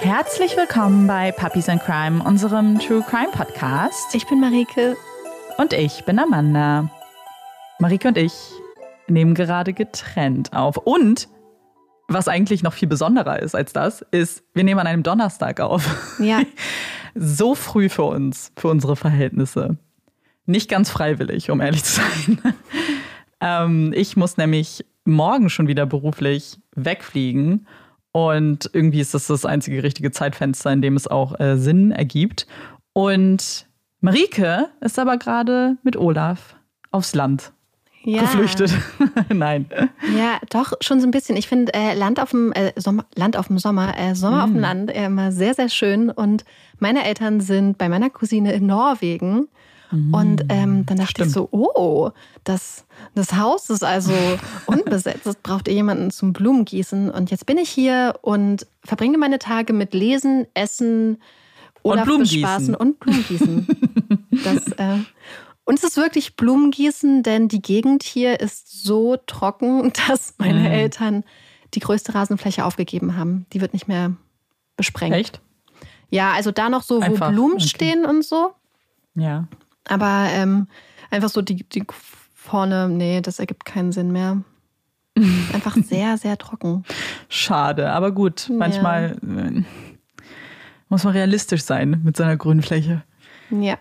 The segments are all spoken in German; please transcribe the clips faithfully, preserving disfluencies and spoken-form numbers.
Herzlich willkommen bei Puppies and Crime, unserem True Crime Podcast. Ich bin Marike. Und ich bin Amanda. Marike und ich nehmen gerade getrennt auf. Und was eigentlich noch viel besonderer ist als das, ist, wir nehmen an einem Donnerstag auf. Ja. So früh für uns, für unsere Verhältnisse. Nicht ganz freiwillig, um ehrlich zu sein. ähm, ich muss nämlich morgen schon wieder beruflich wegfliegen. Und irgendwie ist das das einzige richtige Zeitfenster, in dem es auch äh, Sinn ergibt. Und Marike ist aber gerade mit Olaf aufs Land ja. geflüchtet. Nein. Ja, doch, schon so ein bisschen. Ich finde äh, Land auf dem äh, Sommer, Land auf dem Sommer, äh, Sommer mm. auf dem Land äh, immer sehr, sehr schön. Und meine Eltern sind bei meiner Cousine in Norwegen. Und ähm, dann dachte Stimmt. ich so, oh, das, das Haus ist also unbesetzt. Das braucht ihr jemanden zum Blumengießen. Und jetzt bin ich hier und verbringe meine Tage mit Lesen, Essen, Olaf bespaßen und Blumengießen. das, äh, und es ist wirklich Blumengießen, denn die Gegend hier ist so trocken, dass meine mhm. Eltern die größte Rasenfläche aufgegeben haben. Die wird nicht mehr besprengt. Echt? Ja, also da noch so, wo Einfach. Blumen okay. stehen und so. Ja. Aber ähm, einfach so die, die vorne, nee, das ergibt keinen Sinn mehr. Einfach sehr, sehr trocken. Schade, aber gut. Manchmal ja. äh, muss man realistisch sein mit seiner grünen Fläche. Ja.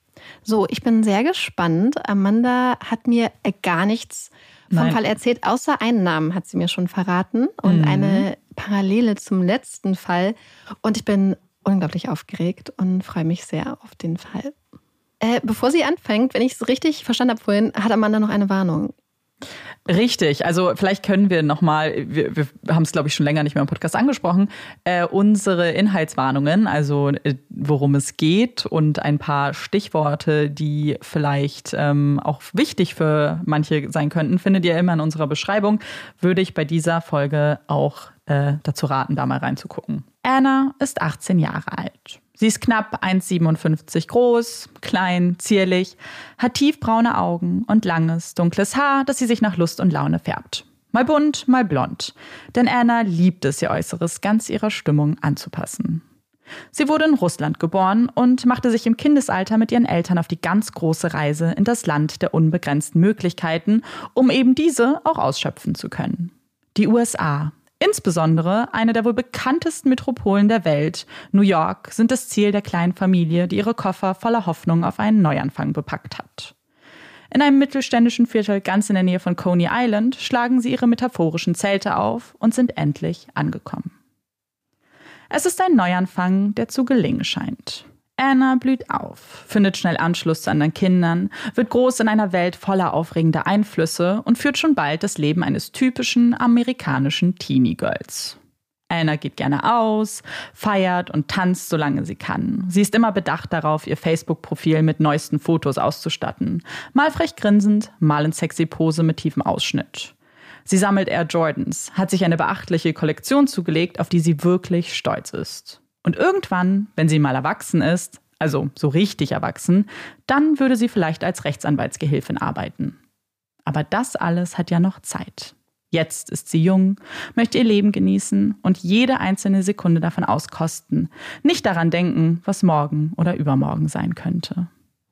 So, ich bin sehr gespannt. Amanda hat mir gar nichts vom Nein. Fall erzählt, außer einen Namen hat sie mir schon verraten und mhm. eine Parallele zum letzten Fall. Und ich bin unglaublich aufgeregt und freue mich sehr auf den Fall. Äh, bevor sie anfängt, wenn ich es richtig verstanden habe vorhin, hat Amanda noch eine Warnung. Richtig, also vielleicht können wir nochmal, wir, wir haben es glaube ich schon länger nicht mehr im Podcast angesprochen, äh, unsere Inhaltswarnungen, also äh, worum es geht und ein paar Stichworte, die vielleicht ähm, auch wichtig für manche sein könnten, findet ihr immer in unserer Beschreibung, würde ich bei dieser Folge auch äh, dazu raten, da mal reinzugucken. Anna ist achtzehn Jahre alt. Sie ist knapp eins Komma siebenundfünfzig groß, klein, zierlich, hat tiefbraune Augen und langes, dunkles Haar, das sie sich nach Lust und Laune färbt. Mal bunt, mal blond. Denn Anna liebt es, ihr Äußeres ganz ihrer Stimmung anzupassen. Sie wurde in Russland geboren und machte sich im Kindesalter mit ihren Eltern auf die ganz große Reise in das Land der unbegrenzten Möglichkeiten, um eben diese auch ausschöpfen zu können. Die U S A. Insbesondere eine der wohl bekanntesten Metropolen der Welt, New York, sind das Ziel der kleinen Familie, die ihre Koffer voller Hoffnung auf einen Neuanfang bepackt hat. In einem mittelständischen Viertel ganz in der Nähe von Coney Island schlagen sie ihre metaphorischen Zelte auf und sind endlich angekommen. Es ist ein Neuanfang, der zu gelingen scheint. Anna blüht auf, findet schnell Anschluss zu anderen Kindern, wird groß in einer Welt voller aufregender Einflüsse und führt schon bald das Leben eines typischen amerikanischen Teenie-Girls. Anna geht gerne aus, feiert und tanzt, solange sie kann. Sie ist immer bedacht darauf, ihr Facebook-Profil mit neuesten Fotos auszustatten. Mal frech grinsend, mal in sexy Pose mit tiefem Ausschnitt. Sie sammelt Air Jordans, hat sich eine beachtliche Kollektion zugelegt, auf die sie wirklich stolz ist. Und irgendwann, wenn sie mal erwachsen ist, also so richtig erwachsen, dann würde sie vielleicht als Rechtsanwaltsgehilfin arbeiten. Aber das alles hat ja noch Zeit. Jetzt ist sie jung, möchte ihr Leben genießen und jede einzelne Sekunde davon auskosten. Nicht daran denken, was morgen oder übermorgen sein könnte.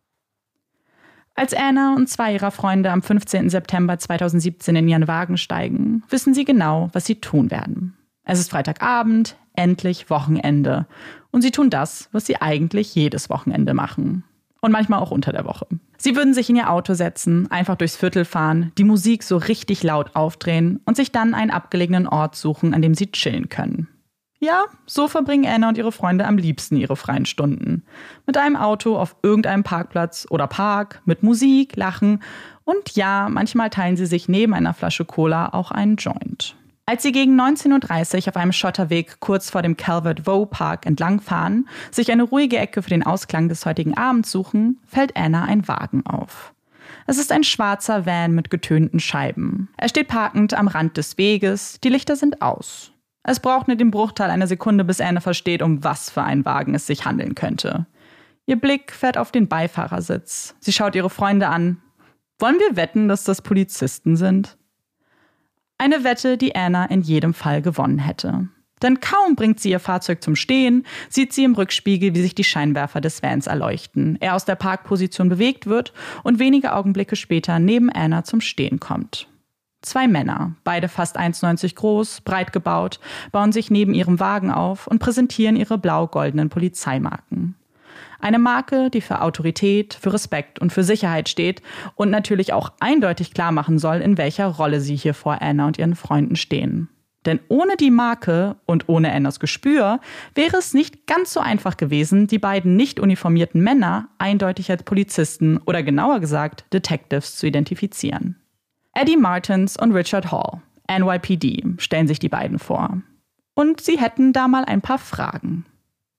Als Anna und zwei ihrer Freunde am fünfzehnten September zweitausendsiebzehn in ihren Wagen steigen, wissen sie genau, was sie tun werden. Es ist Freitagabend, endlich Wochenende. Und sie tun das, was sie eigentlich jedes Wochenende machen. Und manchmal auch unter der Woche. Sie würden sich in ihr Auto setzen, einfach durchs Viertel fahren, die Musik so richtig laut aufdrehen und sich dann einen abgelegenen Ort suchen, an dem sie chillen können. Ja, so verbringen Anna und ihre Freunde am liebsten ihre freien Stunden. Mit einem Auto auf irgendeinem Parkplatz oder Park, mit Musik, Lachen und ja, manchmal teilen sie sich neben einer Flasche Cola auch einen Joint. Als sie gegen neunzehn Uhr dreißig auf einem Schotterweg kurz vor dem Calvert Vaux Park entlangfahren, sich eine ruhige Ecke für den Ausklang des heutigen Abends suchen, fällt Anna ein Wagen auf. Es ist ein schwarzer Van mit getönten Scheiben. Er steht parkend am Rand des Weges, die Lichter sind aus. Es braucht nur den Bruchteil einer Sekunde, bis Anna versteht, um was für einen Wagen es sich handeln könnte. Ihr Blick fährt auf den Beifahrersitz. Sie schaut ihre Freunde an. Wollen wir wetten, dass das Polizisten sind? Eine Wette, die Anna in jedem Fall gewonnen hätte. Denn kaum bringt sie ihr Fahrzeug zum Stehen, sieht sie im Rückspiegel, wie sich die Scheinwerfer des Vans erleuchten, er aus der Parkposition bewegt wird und wenige Augenblicke später neben Anna zum Stehen kommt. Zwei Männer, beide fast eins Komma neunzig groß, breit gebaut, bauen sich neben ihrem Wagen auf und präsentieren ihre blau-goldenen Polizeimarken. Eine Marke, die für Autorität, für Respekt und für Sicherheit steht und natürlich auch eindeutig klar machen soll, in welcher Rolle sie hier vor Anna und ihren Freunden stehen. Denn ohne die Marke und ohne Annas Gespür wäre es nicht ganz so einfach gewesen, die beiden nicht uniformierten Männer eindeutig als Polizisten oder genauer gesagt Detectives zu identifizieren. Eddie Martins und Richard Hall, N Y P D, stellen sich die beiden vor. Und sie hätten da mal ein paar Fragen.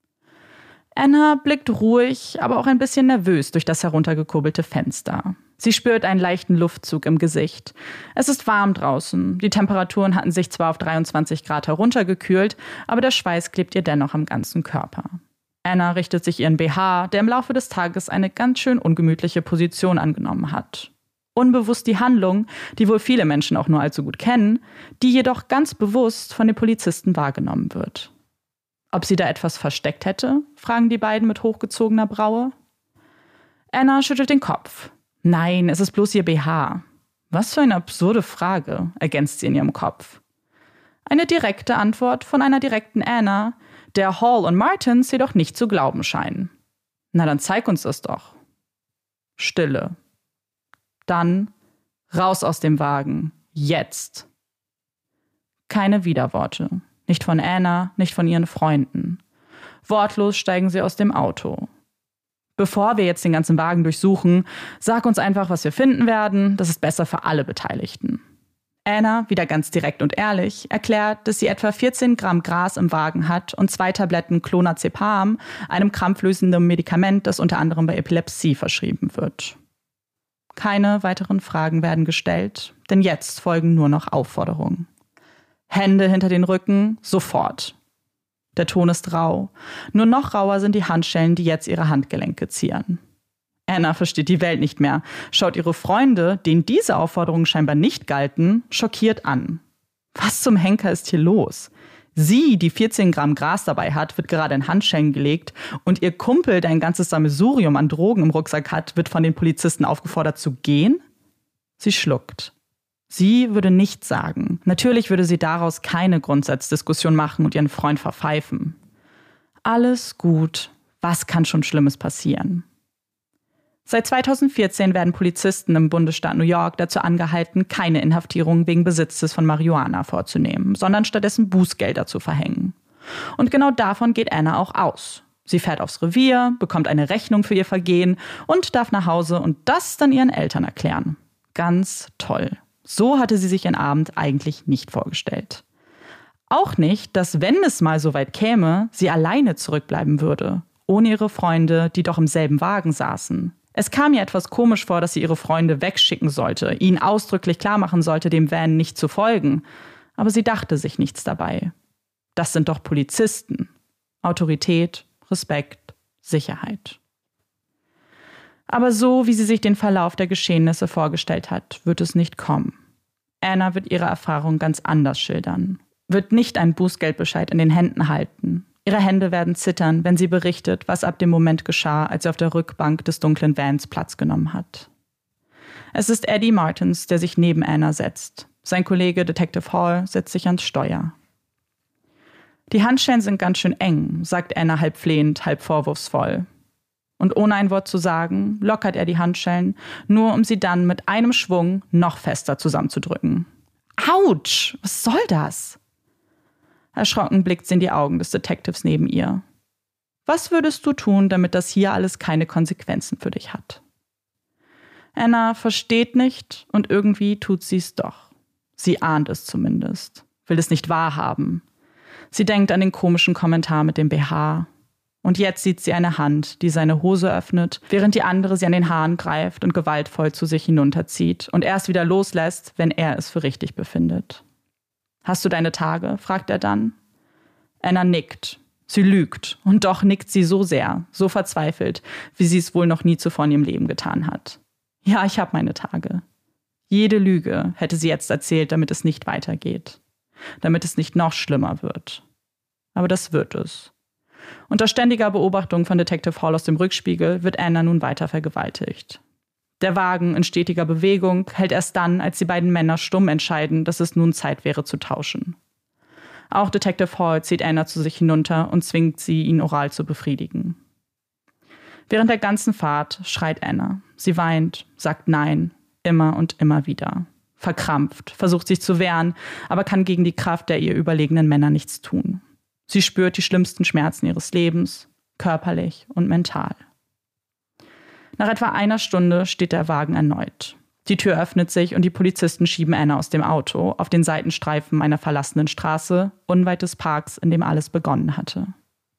Anna blickt ruhig, aber auch ein bisschen nervös durch das heruntergekurbelte Fenster. Sie spürt einen leichten Luftzug im Gesicht. Es ist warm draußen. Die Temperaturen hatten sich zwar auf dreiundzwanzig Grad heruntergekühlt, aber der Schweiß klebt ihr dennoch am ganzen Körper. Anna richtet sich ihren B H, der im Laufe des Tages eine ganz schön ungemütliche Position angenommen hat. Unbewusst die Handlung, die wohl viele Menschen auch nur allzu gut kennen, die jedoch ganz bewusst von den Polizisten wahrgenommen wird. Ob sie da etwas versteckt hätte, fragen die beiden mit hochgezogener Braue. Anna schüttelt den Kopf. Nein, es ist bloß ihr B H. Was für eine absurde Frage, ergänzt sie in ihrem Kopf. Eine direkte Antwort von einer direkten Anna, der Hall und Martins jedoch nicht zu glauben scheinen. Na, dann zeig uns das doch. Stille. Dann raus aus dem Wagen. Jetzt. Keine Widerworte. Nicht von Anna, nicht von ihren Freunden. Wortlos steigen sie aus dem Auto. Bevor wir jetzt den ganzen Wagen durchsuchen, sag uns einfach, was wir finden werden. Das ist besser für alle Beteiligten. Anna, wieder ganz direkt und ehrlich, erklärt, dass sie etwa vierzehn Gramm Gras im Wagen hat und zwei Tabletten Clonazepam, einem krampflösenden Medikament, das unter anderem bei Epilepsie verschrieben wird. Keine weiteren Fragen werden gestellt, denn jetzt folgen nur noch Aufforderungen. Hände hinter den Rücken, sofort. Der Ton ist rau. Nur noch rauer sind die Handschellen, die jetzt ihre Handgelenke zieren. Anna versteht die Welt nicht mehr, schaut ihre Freunde, denen diese Aufforderungen scheinbar nicht galten, schockiert an. Was zum Henker ist hier los? Sie, die vierzehn Gramm Gras dabei hat, wird gerade in Handschellen gelegt und ihr Kumpel, der ein ganzes Sammelsurium an Drogen im Rucksack hat, wird von den Polizisten aufgefordert zu gehen? Sie schluckt. Sie würde nichts sagen. Natürlich würde sie daraus keine Grundsatzdiskussion machen und ihren Freund verpfeifen. Alles gut. Was kann schon Schlimmes passieren? Seit zweitausendvierzehn werden Polizisten im Bundesstaat New York dazu angehalten, keine Inhaftierung wegen Besitzes von Marihuana vorzunehmen, sondern stattdessen Bußgelder zu verhängen. Und genau davon geht Anna auch aus. Sie fährt aufs Revier, bekommt eine Rechnung für ihr Vergehen und darf nach Hause und das dann ihren Eltern erklären. Ganz toll. So hatte sie sich ihren Abend eigentlich nicht vorgestellt. Auch nicht, dass, wenn es mal so weit käme, sie alleine zurückbleiben würde, ohne ihre Freunde, die doch im selben Wagen saßen. Es kam ihr etwas komisch vor, dass sie ihre Freunde wegschicken sollte, ihnen ausdrücklich klarmachen sollte, dem Van nicht zu folgen. Aber sie dachte sich nichts dabei. Das sind doch Polizisten. Autorität, Respekt, Sicherheit. Aber so, wie sie sich den Verlauf der Geschehnisse vorgestellt hat, wird es nicht kommen. Anna wird ihre Erfahrung ganz anders schildern. Wird nicht einen Bußgeldbescheid in den Händen halten. Ihre Hände werden zittern, wenn sie berichtet, was ab dem Moment geschah, als sie auf der Rückbank des dunklen Vans Platz genommen hat. Es ist Eddie Martins, der sich neben Anna setzt. Sein Kollege Detective Hall setzt sich ans Steuer. Die Handschellen sind ganz schön eng, sagt Anna halb flehend, halb vorwurfsvoll. Und ohne ein Wort zu sagen, lockert er die Handschellen, nur um sie dann mit einem Schwung noch fester zusammenzudrücken. Autsch, was soll das? Erschrocken blickt sie in die Augen des Detectives neben ihr. Was würdest du tun, damit das hier alles keine Konsequenzen für dich hat? Anna versteht nicht und irgendwie tut sie es doch. Sie ahnt es zumindest, will es nicht wahrhaben. Sie denkt an den komischen Kommentar mit dem B H. Und jetzt sieht sie eine Hand, die seine Hose öffnet, während die andere sie an den Haaren greift und gewaltvoll zu sich hinunterzieht und erst wieder loslässt, wenn er es für richtig befindet. »Hast du deine Tage?« fragt er dann. Anna nickt. Sie lügt. Und doch nickt sie so sehr, so verzweifelt, wie sie es wohl noch nie zuvor in ihrem Leben getan hat. Ja, ich habe meine Tage. Jede Lüge hätte sie jetzt erzählt, damit es nicht weitergeht. Damit es nicht noch schlimmer wird. aber das wird es. Unter ständiger Beobachtung von Detective Hall aus dem Rückspiegel wird Anna nun weiter vergewaltigt. Der Wagen in stetiger Bewegung hält erst dann, als die beiden Männer stumm entscheiden, dass es nun Zeit wäre zu tauschen. Auch Detective Hall zieht Anna zu sich hinunter und zwingt sie, ihn oral zu befriedigen. Während der ganzen Fahrt schreit Anna. Sie weint, sagt Nein, immer und immer wieder. Verkrampft, versucht sich zu wehren, aber kann gegen die Kraft der ihr überlegenen Männer nichts tun. Sie spürt die schlimmsten Schmerzen ihres Lebens, körperlich und mental. Nach etwa einer Stunde steht der Wagen erneut. Die Tür öffnet sich und die Polizisten schieben Anna aus dem Auto auf den Seitenstreifen einer verlassenen Straße, unweit des Parks, in dem alles begonnen hatte.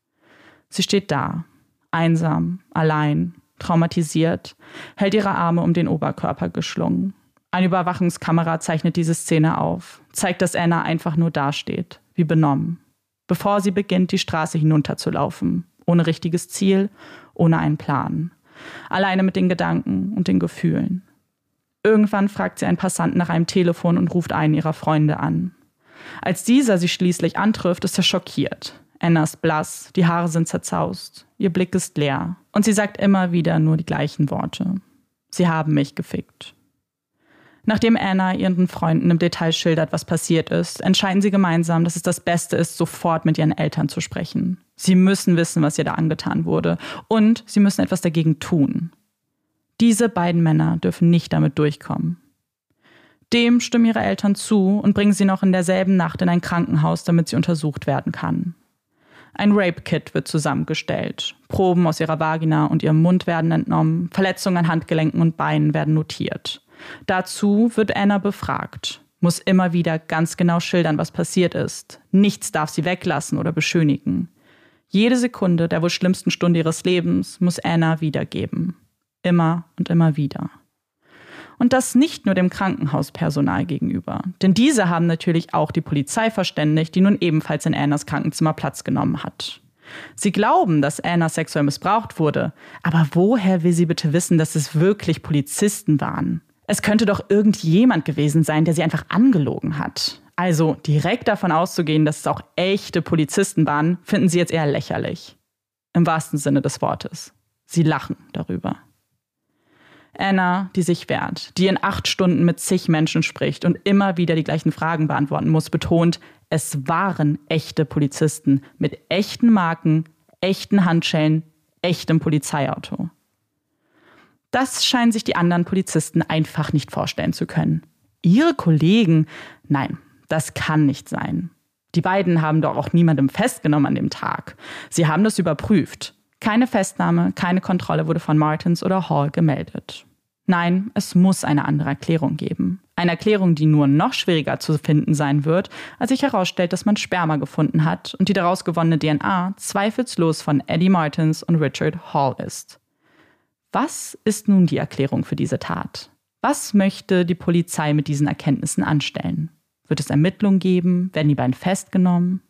Sie steht da, einsam, allein, traumatisiert, hält ihre Arme um den Oberkörper geschlungen. Eine Überwachungskamera zeichnet diese Szene auf, zeigt, dass Anna einfach nur dasteht, wie benommen, bevor sie beginnt, die Straße hinunterzulaufen, ohne richtiges Ziel, ohne einen Plan, alleine mit den Gedanken und den Gefühlen. Irgendwann fragt sie einen Passanten nach einem Telefon und ruft einen ihrer Freunde an. Als dieser sie schließlich antrifft, ist er schockiert. Anna ist blass, die Haare sind zerzaust, ihr Blick ist leer und sie sagt immer wieder nur die gleichen Worte. Sie haben mich gefickt. Nachdem Anna ihren Freunden im Detail schildert, was passiert ist, entscheiden sie gemeinsam, dass es das Beste ist, sofort mit ihren Eltern zu sprechen. Sie müssen wissen, was ihr da angetan wurde und sie müssen etwas dagegen tun. Diese beiden Männer dürfen nicht damit durchkommen. Dem stimmen ihre Eltern zu und bringen sie noch in derselben Nacht in ein Krankenhaus, damit sie untersucht werden kann. Ein Rape-Kit wird zusammengestellt. Proben aus ihrer Vagina und ihrem Mund werden entnommen. Verletzungen an Handgelenken und Beinen werden notiert. Dazu wird Anna befragt, muss immer wieder ganz genau schildern, was passiert ist. Nichts darf sie weglassen oder beschönigen. Jede Sekunde der wohl schlimmsten Stunde ihres Lebens muss Anna wiedergeben. Immer und immer wieder. Und das nicht nur dem Krankenhauspersonal gegenüber. Denn diese haben natürlich auch die Polizei verständigt, die nun ebenfalls in Annas Krankenzimmer Platz genommen hat. Sie glauben, dass Anna sexuell missbraucht wurde. Aber woher will sie bitte wissen, dass es wirklich Polizisten waren? Es könnte doch irgendjemand gewesen sein, der sie einfach angelogen hat. Also direkt davon auszugehen, dass es auch echte Polizisten waren, finden sie jetzt eher lächerlich. Im wahrsten Sinne des Wortes. Sie lachen darüber. Anna, die sich wehrt, die in acht Stunden mit zig Menschen spricht und immer wieder die gleichen Fragen beantworten muss, betont, es waren echte Polizisten mit echten Marken, echten Handschellen, echtem Polizeiauto. Das scheinen sich die anderen Polizisten einfach nicht vorstellen zu können. Ihre Kollegen? Nein, das kann nicht sein. Die beiden haben doch auch niemandem festgenommen an dem Tag. Sie haben das überprüft. Keine Festnahme, keine Kontrolle wurde von Martins oder Hall gemeldet. Nein, es muss eine andere Erklärung geben. Eine Erklärung, die nur noch schwieriger zu finden sein wird, als sich herausstellt, dass man Sperma gefunden hat und die daraus gewonnene D N A zweifellos von Eddie Martins und Richard Hall ist. Was ist nun die Erklärung für diese Tat? Was möchte die Polizei mit diesen Erkenntnissen anstellen? Wird es Ermittlungen geben? Werden die beiden festgenommen?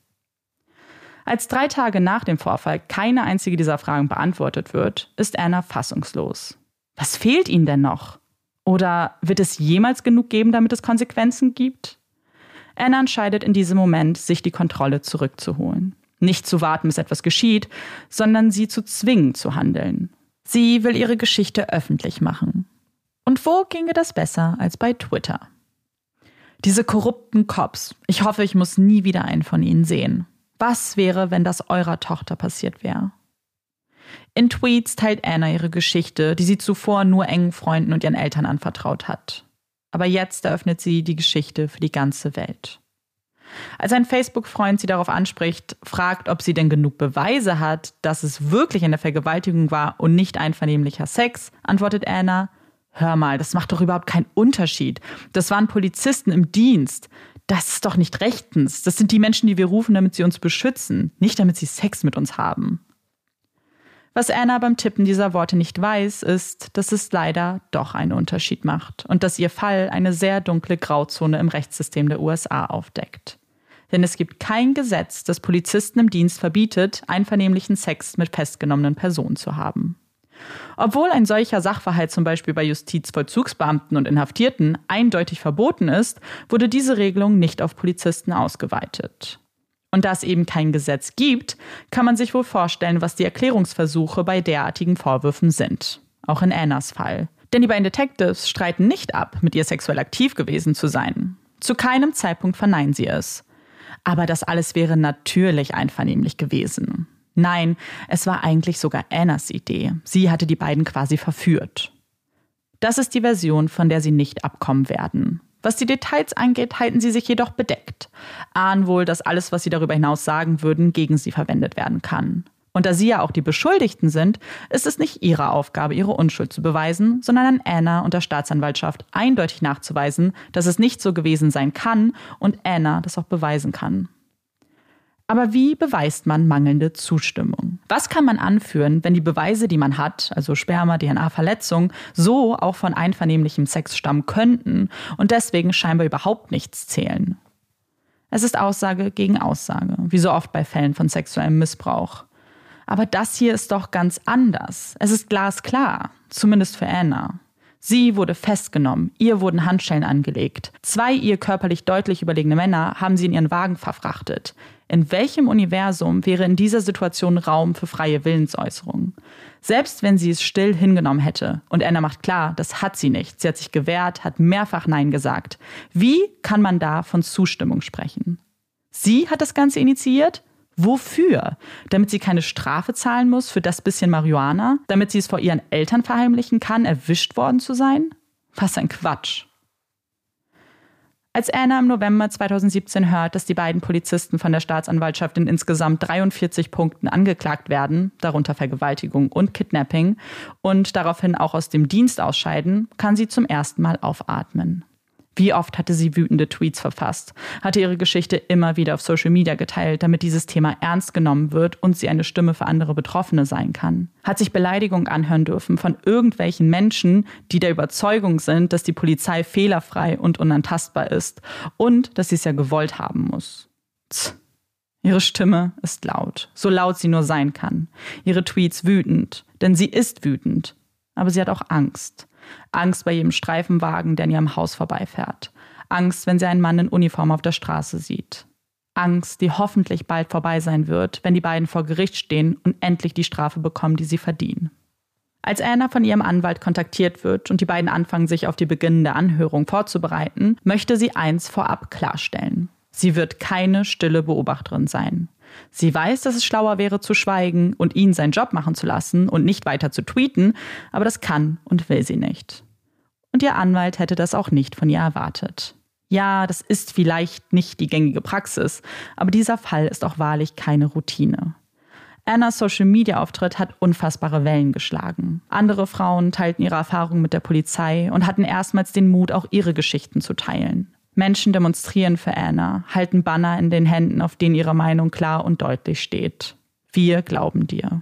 Als drei Tage nach dem Vorfall keine einzige dieser Fragen beantwortet wird, ist Anna fassungslos. Was fehlt ihnen denn noch? Oder wird es jemals genug geben, damit es Konsequenzen gibt? Anna entscheidet in diesem Moment, sich die Kontrolle zurückzuholen. Nicht zu warten, bis etwas geschieht, sondern sie zu zwingen zu handeln. Sie will ihre Geschichte öffentlich machen. Und wo ginge das besser als bei Twitter? Diese korrupten Cops. Ich hoffe, ich muss nie wieder einen von ihnen sehen. Was wäre, wenn das eurer Tochter passiert wäre? In Tweets teilt Anna ihre Geschichte, die sie zuvor nur engen Freunden und ihren Eltern anvertraut hat. Aber jetzt eröffnet sie die Geschichte für die ganze Welt. Als ein Facebook-Freund sie darauf anspricht, fragt, ob sie denn genug Beweise hat, dass es wirklich eine Vergewaltigung war und nicht einvernehmlicher Sex, antwortet Anna, hör mal, das macht doch überhaupt keinen Unterschied. Das waren Polizisten im Dienst. Das ist doch nicht rechtens. Das sind die Menschen, die wir rufen, damit sie uns beschützen, nicht damit sie Sex mit uns haben. Was Anna beim Tippen dieser Worte nicht weiß, ist, dass es leider doch einen Unterschied macht und dass ihr Fall eine sehr dunkle Grauzone im Rechtssystem der U S A aufdeckt. Denn es gibt kein Gesetz, das Polizisten im Dienst verbietet, einvernehmlichen Sex mit festgenommenen Personen zu haben. Obwohl ein solcher Sachverhalt zum Beispiel bei Justizvollzugsbeamten und Inhaftierten eindeutig verboten ist, wurde diese Regelung nicht auf Polizisten ausgeweitet. Und da es eben kein Gesetz gibt, kann man sich wohl vorstellen, was die Erklärungsversuche bei derartigen Vorwürfen sind. Auch in Annas Fall. Denn die beiden Detectives streiten nicht ab, mit ihr sexuell aktiv gewesen zu sein. Zu keinem Zeitpunkt verneinen sie es. Aber das alles wäre natürlich einvernehmlich gewesen. Nein, es war eigentlich sogar Annas Idee. Sie hatte die beiden quasi verführt. Das ist die Version, von der sie nicht abkommen werden. Was die Details angeht, halten sie sich jedoch bedeckt. Ahnen wohl, dass alles, was sie darüber hinaus sagen würden, gegen sie verwendet werden kann. Und da sie ja auch die Beschuldigten sind, ist es nicht ihre Aufgabe, ihre Unschuld zu beweisen, sondern an Anna und der Staatsanwaltschaft eindeutig nachzuweisen, dass es nicht so gewesen sein kann und Anna das auch beweisen kann. Aber wie beweist man mangelnde Zustimmung? Was kann man anführen, wenn die Beweise, die man hat, also Sperma, D N A-Verletzung, so auch von einvernehmlichem Sex stammen könnten und deswegen scheinbar überhaupt nichts zählen? Es ist Aussage gegen Aussage, wie so oft bei Fällen von sexuellem Missbrauch. Aber das hier ist doch ganz anders. Es ist glasklar, zumindest für Anna. Sie wurde festgenommen, ihr wurden Handschellen angelegt. Zwei ihr körperlich deutlich überlegene Männer haben sie in ihren Wagen verfrachtet. In welchem Universum wäre in dieser Situation Raum für freie Willensäußerung? Selbst wenn sie es still hingenommen hätte. Und Anna macht klar, das hat sie nicht. Sie hat sich gewehrt, hat mehrfach Nein gesagt. Wie kann man da von Zustimmung sprechen? Sie hat das Ganze initiiert? Wofür? Damit sie keine Strafe zahlen muss für das bisschen Marihuana? Damit sie es vor ihren Eltern verheimlichen kann, erwischt worden zu sein? Was ein Quatsch. Als Anna im November zweitausendsiebzehn hört, dass die beiden Polizisten von der Staatsanwaltschaft in insgesamt dreiundvierzig Punkten angeklagt werden, darunter Vergewaltigung und Kidnapping, und daraufhin auch aus dem Dienst ausscheiden, kann sie zum ersten Mal aufatmen. Wie oft hatte sie wütende Tweets verfasst, hatte ihre Geschichte immer wieder auf Social Media geteilt, damit dieses Thema ernst genommen wird und sie eine Stimme für andere Betroffene sein kann. Hat sich Beleidigung anhören dürfen von irgendwelchen Menschen, die der Überzeugung sind, dass die Polizei fehlerfrei und unantastbar ist und dass sie es ja gewollt haben muss. Tch. Ihre Stimme ist laut, so laut sie nur sein kann. Ihre Tweets wütend, denn sie ist wütend. Aber sie hat auch Angst. Angst bei jedem Streifenwagen, der an ihrem Haus vorbeifährt. Angst, wenn sie einen Mann in Uniform auf der Straße sieht. Angst, die hoffentlich bald vorbei sein wird, wenn die beiden vor Gericht stehen und endlich die Strafe bekommen, die sie verdienen. Als Anna von ihrem Anwalt kontaktiert wird und die beiden anfangen, sich auf die beginnende Anhörung vorzubereiten, möchte sie eins vorab klarstellen. Sie wird keine stille Beobachterin sein. Sie weiß, dass es schlauer wäre, zu schweigen und ihn seinen Job machen zu lassen und nicht weiter zu tweeten, aber das kann und will sie nicht. Und ihr Anwalt hätte das auch nicht von ihr erwartet. Ja, das ist vielleicht nicht die gängige Praxis, aber dieser Fall ist auch wahrlich keine Routine. Annas Social-Media-Auftritt hat unfassbare Wellen geschlagen. Andere Frauen teilten ihre Erfahrungen mit der Polizei und hatten erstmals den Mut, auch ihre Geschichten zu teilen. Menschen demonstrieren für Anna, halten Banner in den Händen, auf denen ihre Meinung klar und deutlich steht. Wir glauben dir.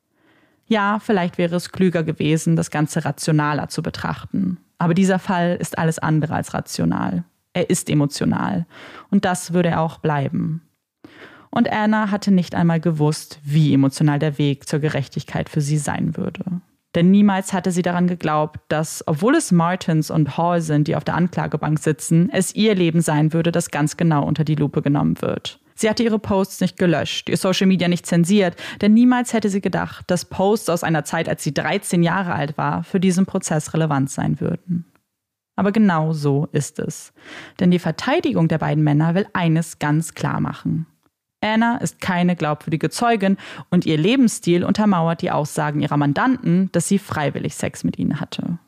Ja, vielleicht wäre es klüger gewesen, das Ganze rationaler zu betrachten. Aber dieser Fall ist alles andere als rational. Er ist emotional. Und das würde er auch bleiben. Und Anna hatte nicht einmal gewusst, wie emotional der Weg zur Gerechtigkeit für sie sein würde. Denn niemals hatte sie daran geglaubt, dass, obwohl es Martins und Hall sind, die auf der Anklagebank sitzen, es ihr Leben sein würde, das ganz genau unter die Lupe genommen wird. Sie hatte ihre Posts nicht gelöscht, ihr Social Media nicht zensiert, denn niemals hätte sie gedacht, dass Posts aus einer Zeit, als sie dreizehn Jahre alt war, für diesen Prozess relevant sein würden. Aber genau so ist es. Denn die Verteidigung der beiden Männer will eines ganz klar machen. Anna ist keine glaubwürdige Zeugin und ihr Lebensstil untermauert die Aussagen ihrer Mandanten, dass sie freiwillig Sex mit ihnen hatte.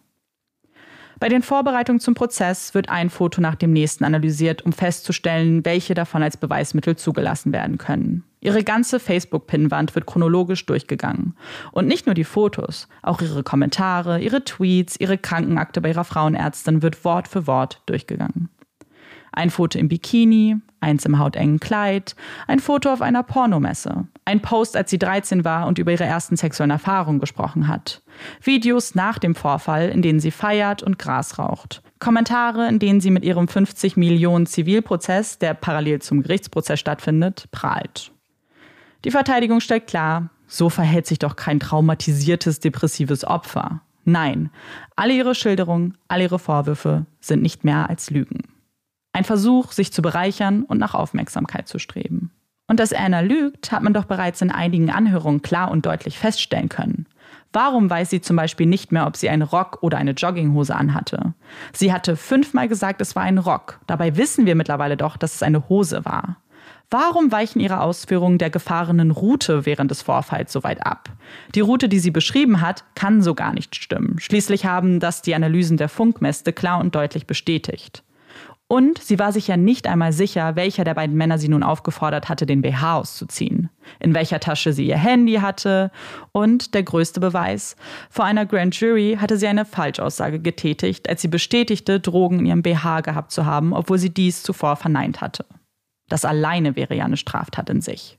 Bei den Vorbereitungen zum Prozess wird ein Foto nach dem nächsten analysiert, um festzustellen, welche davon als Beweismittel zugelassen werden können. Ihre ganze Facebook-Pinnwand wird chronologisch durchgegangen. Und nicht nur die Fotos, auch ihre Kommentare, ihre Tweets, ihre Krankenakte bei ihrer Frauenärztin wird Wort für Wort durchgegangen. Ein Foto im Bikini, eins im hautengen Kleid, ein Foto auf einer Pornomesse, ein Post, als sie dreizehn war und über ihre ersten sexuellen Erfahrungen gesprochen hat, Videos nach dem Vorfall, in denen sie feiert und Gras raucht, Kommentare, in denen sie mit ihrem fünfzig Millionen Zivilprozess, der parallel zum Gerichtsprozess stattfindet, prahlt. Die Verteidigung stellt klar, so verhält sich doch kein traumatisiertes, depressives Opfer. Nein, alle ihre Schilderungen, alle ihre Vorwürfe sind nicht mehr als Lügen. Ein Versuch, sich zu bereichern und nach Aufmerksamkeit zu streben. Und dass Anna lügt, hat man doch bereits in einigen Anhörungen klar und deutlich feststellen können. Warum weiß sie zum Beispiel nicht mehr, ob sie einen Rock oder eine Jogginghose anhatte? Sie hatte fünfmal gesagt, es war ein Rock. Dabei wissen wir mittlerweile doch, dass es eine Hose war. Warum weichen ihre Ausführungen der gefahrenen Route während des Vorfalls so weit ab? Die Route, die sie beschrieben hat, kann so gar nicht stimmen. Schließlich haben das die Analysen der Funkmäste klar und deutlich bestätigt. Und sie war sich ja nicht einmal sicher, welcher der beiden Männer sie nun aufgefordert hatte, den B H auszuziehen, in welcher Tasche sie ihr Handy hatte und, der größte Beweis, vor einer Grand Jury hatte sie eine Falschaussage getätigt, als sie bestätigte, Drogen in ihrem B H gehabt zu haben, obwohl sie dies zuvor verneint hatte. Das alleine wäre ja eine Straftat in sich.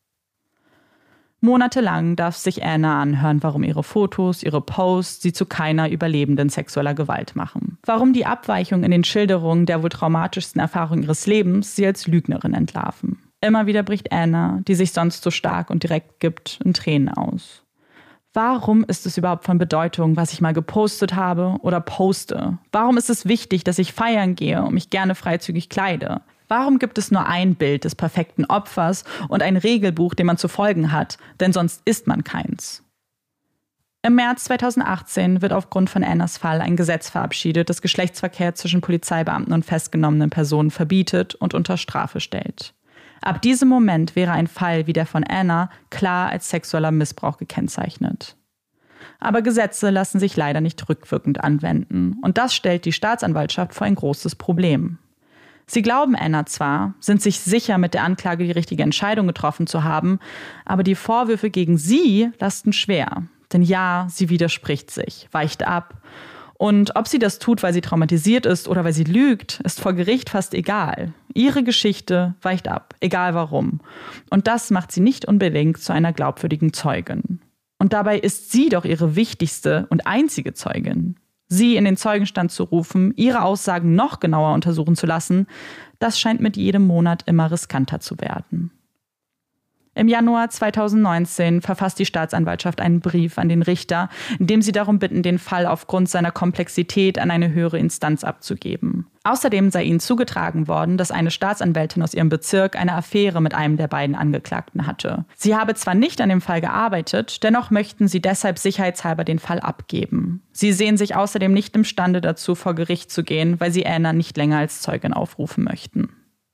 Monatelang darf sich Anna anhören, warum ihre Fotos, ihre Posts sie zu keiner Überlebenden sexueller Gewalt machen. Warum die Abweichungen in den Schilderungen der wohl traumatischsten Erfahrungen ihres Lebens sie als Lügnerin entlarven. Immer wieder bricht Anna, die sich sonst so stark und direkt gibt, in Tränen aus. Warum ist es überhaupt von Bedeutung, was ich mal gepostet habe oder poste? Warum ist es wichtig, dass ich feiern gehe und mich gerne freizügig kleide? Warum gibt es nur ein Bild des perfekten Opfers und ein Regelbuch, dem man zu folgen hat, denn sonst ist man keins? Im März zweitausendachtzehn wird aufgrund von Annas Fall ein Gesetz verabschiedet, das Geschlechtsverkehr zwischen Polizeibeamten und festgenommenen Personen verbietet und unter Strafe stellt. Ab diesem Moment wäre ein Fall wie der von Anna klar als sexueller Missbrauch gekennzeichnet. Aber Gesetze lassen sich leider nicht rückwirkend anwenden und das stellt die Staatsanwaltschaft vor ein großes Problem. Sie glauben Anna zwar, sind sich sicher, mit der Anklage die richtige Entscheidung getroffen zu haben, aber die Vorwürfe gegen sie lasten schwer. Denn ja, sie widerspricht sich, weicht ab. Und ob sie das tut, weil sie traumatisiert ist oder weil sie lügt, ist vor Gericht fast egal. Ihre Geschichte weicht ab, egal warum. Und das macht sie nicht unbedingt zu einer glaubwürdigen Zeugin. Und dabei ist sie doch ihre wichtigste und einzige Zeugin. Sie in den Zeugenstand zu rufen, ihre Aussagen noch genauer untersuchen zu lassen, das scheint mit jedem Monat immer riskanter zu werden. Im Januar zweitausendneunzehn verfasst die Staatsanwaltschaft einen Brief an den Richter, in dem sie darum bitten, den Fall aufgrund seiner Komplexität an eine höhere Instanz abzugeben. Außerdem sei ihnen zugetragen worden, dass eine Staatsanwältin aus ihrem Bezirk eine Affäre mit einem der beiden Angeklagten hatte. Sie habe zwar nicht an dem Fall gearbeitet, dennoch möchten sie deshalb sicherheitshalber den Fall abgeben. Sie sehen sich außerdem nicht imstande dazu, vor Gericht zu gehen, weil sie Anna nicht länger als Zeugin aufrufen möchten.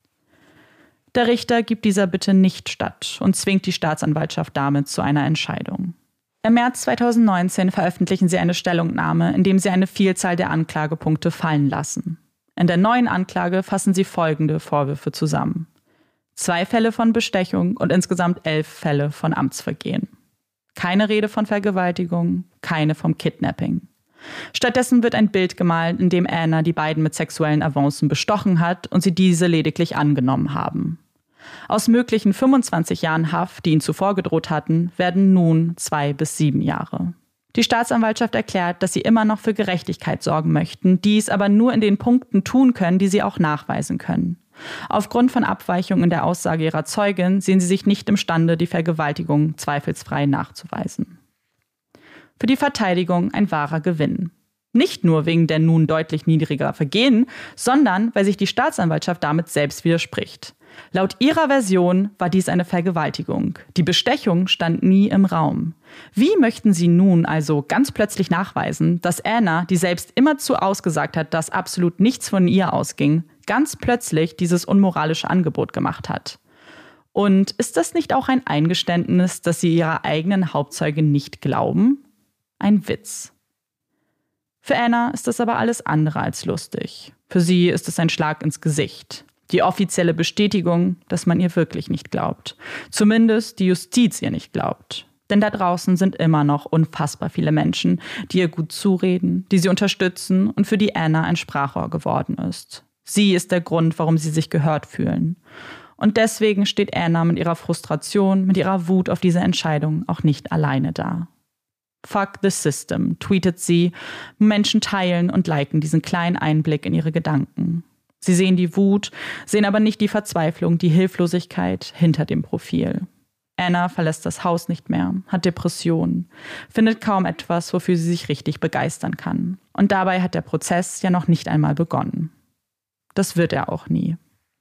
Der Richter gibt dieser Bitte nicht statt und zwingt die Staatsanwaltschaft damit zu einer Entscheidung. Im März zweitausendneunzehn veröffentlichen sie eine Stellungnahme, in der sie eine Vielzahl der Anklagepunkte fallen lassen. In der neuen Anklage fassen sie folgende Vorwürfe zusammen. Zwei Fälle von Bestechung und insgesamt elf Fälle von Amtsvergehen. Keine Rede von Vergewaltigung, keine vom Kidnapping. Stattdessen wird ein Bild gemalt, in dem Anna die beiden mit sexuellen Avancen bestochen hat und sie diese lediglich angenommen haben. Aus möglichen fünfundzwanzig Jahren Haft, die ihnen zuvor gedroht hatten, werden nun zwei bis sieben Jahre. Die Staatsanwaltschaft erklärt, dass sie immer noch für Gerechtigkeit sorgen möchten, dies aber nur in den Punkten tun können, die sie auch nachweisen können. Aufgrund von Abweichungen in der Aussage ihrer Zeugin sehen sie sich nicht imstande, die Vergewaltigung zweifelsfrei nachzuweisen. Für die Verteidigung ein wahrer Gewinn. Nicht nur wegen der nun deutlich niedriger Vergehen, sondern weil sich die Staatsanwaltschaft damit selbst widerspricht. Laut ihrer Version war dies eine Vergewaltigung. Die Bestechung stand nie im Raum. Wie möchten sie nun also ganz plötzlich nachweisen, dass Anna, die selbst immerzu ausgesagt hat, dass absolut nichts von ihr ausging, ganz plötzlich dieses unmoralische Angebot gemacht hat? Und ist das nicht auch ein Eingeständnis, dass sie ihrer eigenen Hauptzeugin nicht glauben? Ein Witz. Für Anna ist das aber alles andere als lustig. Für sie ist es ein Schlag ins Gesicht. Die offizielle Bestätigung, dass man ihr wirklich nicht glaubt. Zumindest die Justiz ihr nicht glaubt. Denn da draußen sind immer noch unfassbar viele Menschen, die ihr gut zureden, die sie unterstützen und für die Anna ein Sprachrohr geworden ist. Sie ist der Grund, warum sie sich gehört fühlen. Und deswegen steht Anna mit ihrer Frustration, mit ihrer Wut auf diese Entscheidung auch nicht alleine da. Fuck the system, tweetet sie. Menschen teilen und liken diesen kleinen Einblick in ihre Gedanken. Sie sehen die Wut, sehen aber nicht die Verzweiflung, die Hilflosigkeit hinter dem Profil. Anna verlässt das Haus nicht mehr, hat Depressionen, findet kaum etwas, wofür sie sich richtig begeistern kann. Und dabei hat der Prozess ja noch nicht einmal begonnen. Das wird er auch nie.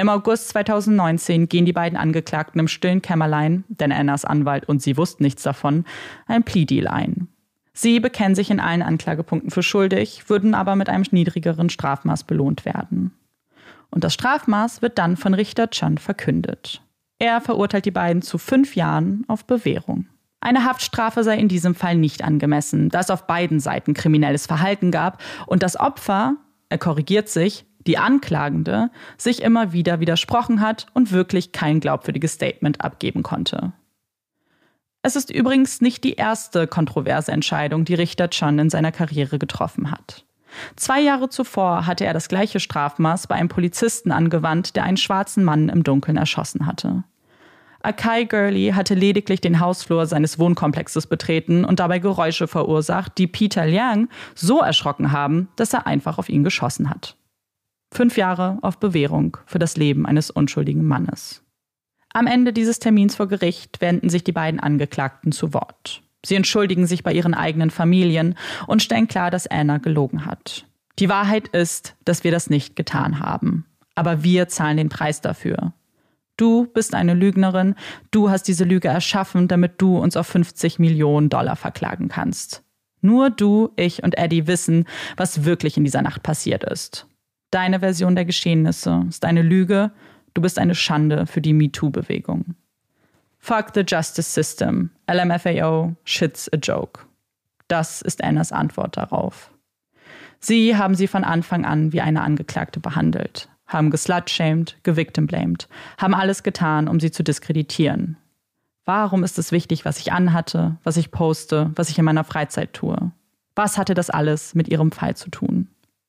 Im August zweitausendneunzehn gehen die beiden Angeklagten im stillen Kämmerlein, denn Annas Anwalt und sie wussten nichts davon, ein Plea-Deal ein. Sie bekennen sich in allen Anklagepunkten für schuldig, würden aber mit einem niedrigeren Strafmaß belohnt werden. Und das Strafmaß wird dann von Richter Chun verkündet. Er verurteilt die beiden zu fünf Jahren auf Bewährung. Eine Haftstrafe sei in diesem Fall nicht angemessen, da es auf beiden Seiten kriminelles Verhalten gab und das Opfer, er korrigiert sich, die Anklagende, sich immer wieder widersprochen hat und wirklich kein glaubwürdiges Statement abgeben konnte. Es ist übrigens nicht die erste kontroverse Entscheidung, die Richter Chun in seiner Karriere getroffen hat. Zwei Jahre zuvor hatte er das gleiche Strafmaß bei einem Polizisten angewandt, der einen schwarzen Mann im Dunkeln erschossen hatte. Akai Gurley hatte lediglich den Hausflur seines Wohnkomplexes betreten und dabei Geräusche verursacht, die Peter Liang so erschrocken haben, dass er einfach auf ihn geschossen hat. Fünf Jahre auf Bewährung für das Leben eines unschuldigen Mannes. Am Ende dieses Termins vor Gericht wenden sich die beiden Angeklagten zu Wort. Sie entschuldigen sich bei ihren eigenen Familien und stellen klar, dass Anna gelogen hat. Die Wahrheit ist, dass wir das nicht getan haben. Aber wir zahlen den Preis dafür. Du bist eine Lügnerin, du hast diese Lüge erschaffen, damit du uns auf fünfzig Millionen Dollar verklagen kannst. Nur du, ich und Eddie wissen, was wirklich in dieser Nacht passiert ist. Deine Version der Geschehnisse ist eine Lüge. Du bist eine Schande für die MeToo-Bewegung. Fuck the justice system. L M F A O, shit's a joke. Das ist Annas Antwort darauf. Sie haben sie von Anfang an wie eine Angeklagte behandelt, haben geslutshamed, gevictimblamed, haben alles getan, um sie zu diskreditieren. Warum ist es wichtig, was ich anhatte, was ich poste, was ich in meiner Freizeit tue? Was hatte das alles mit ihrem Fall zu tun?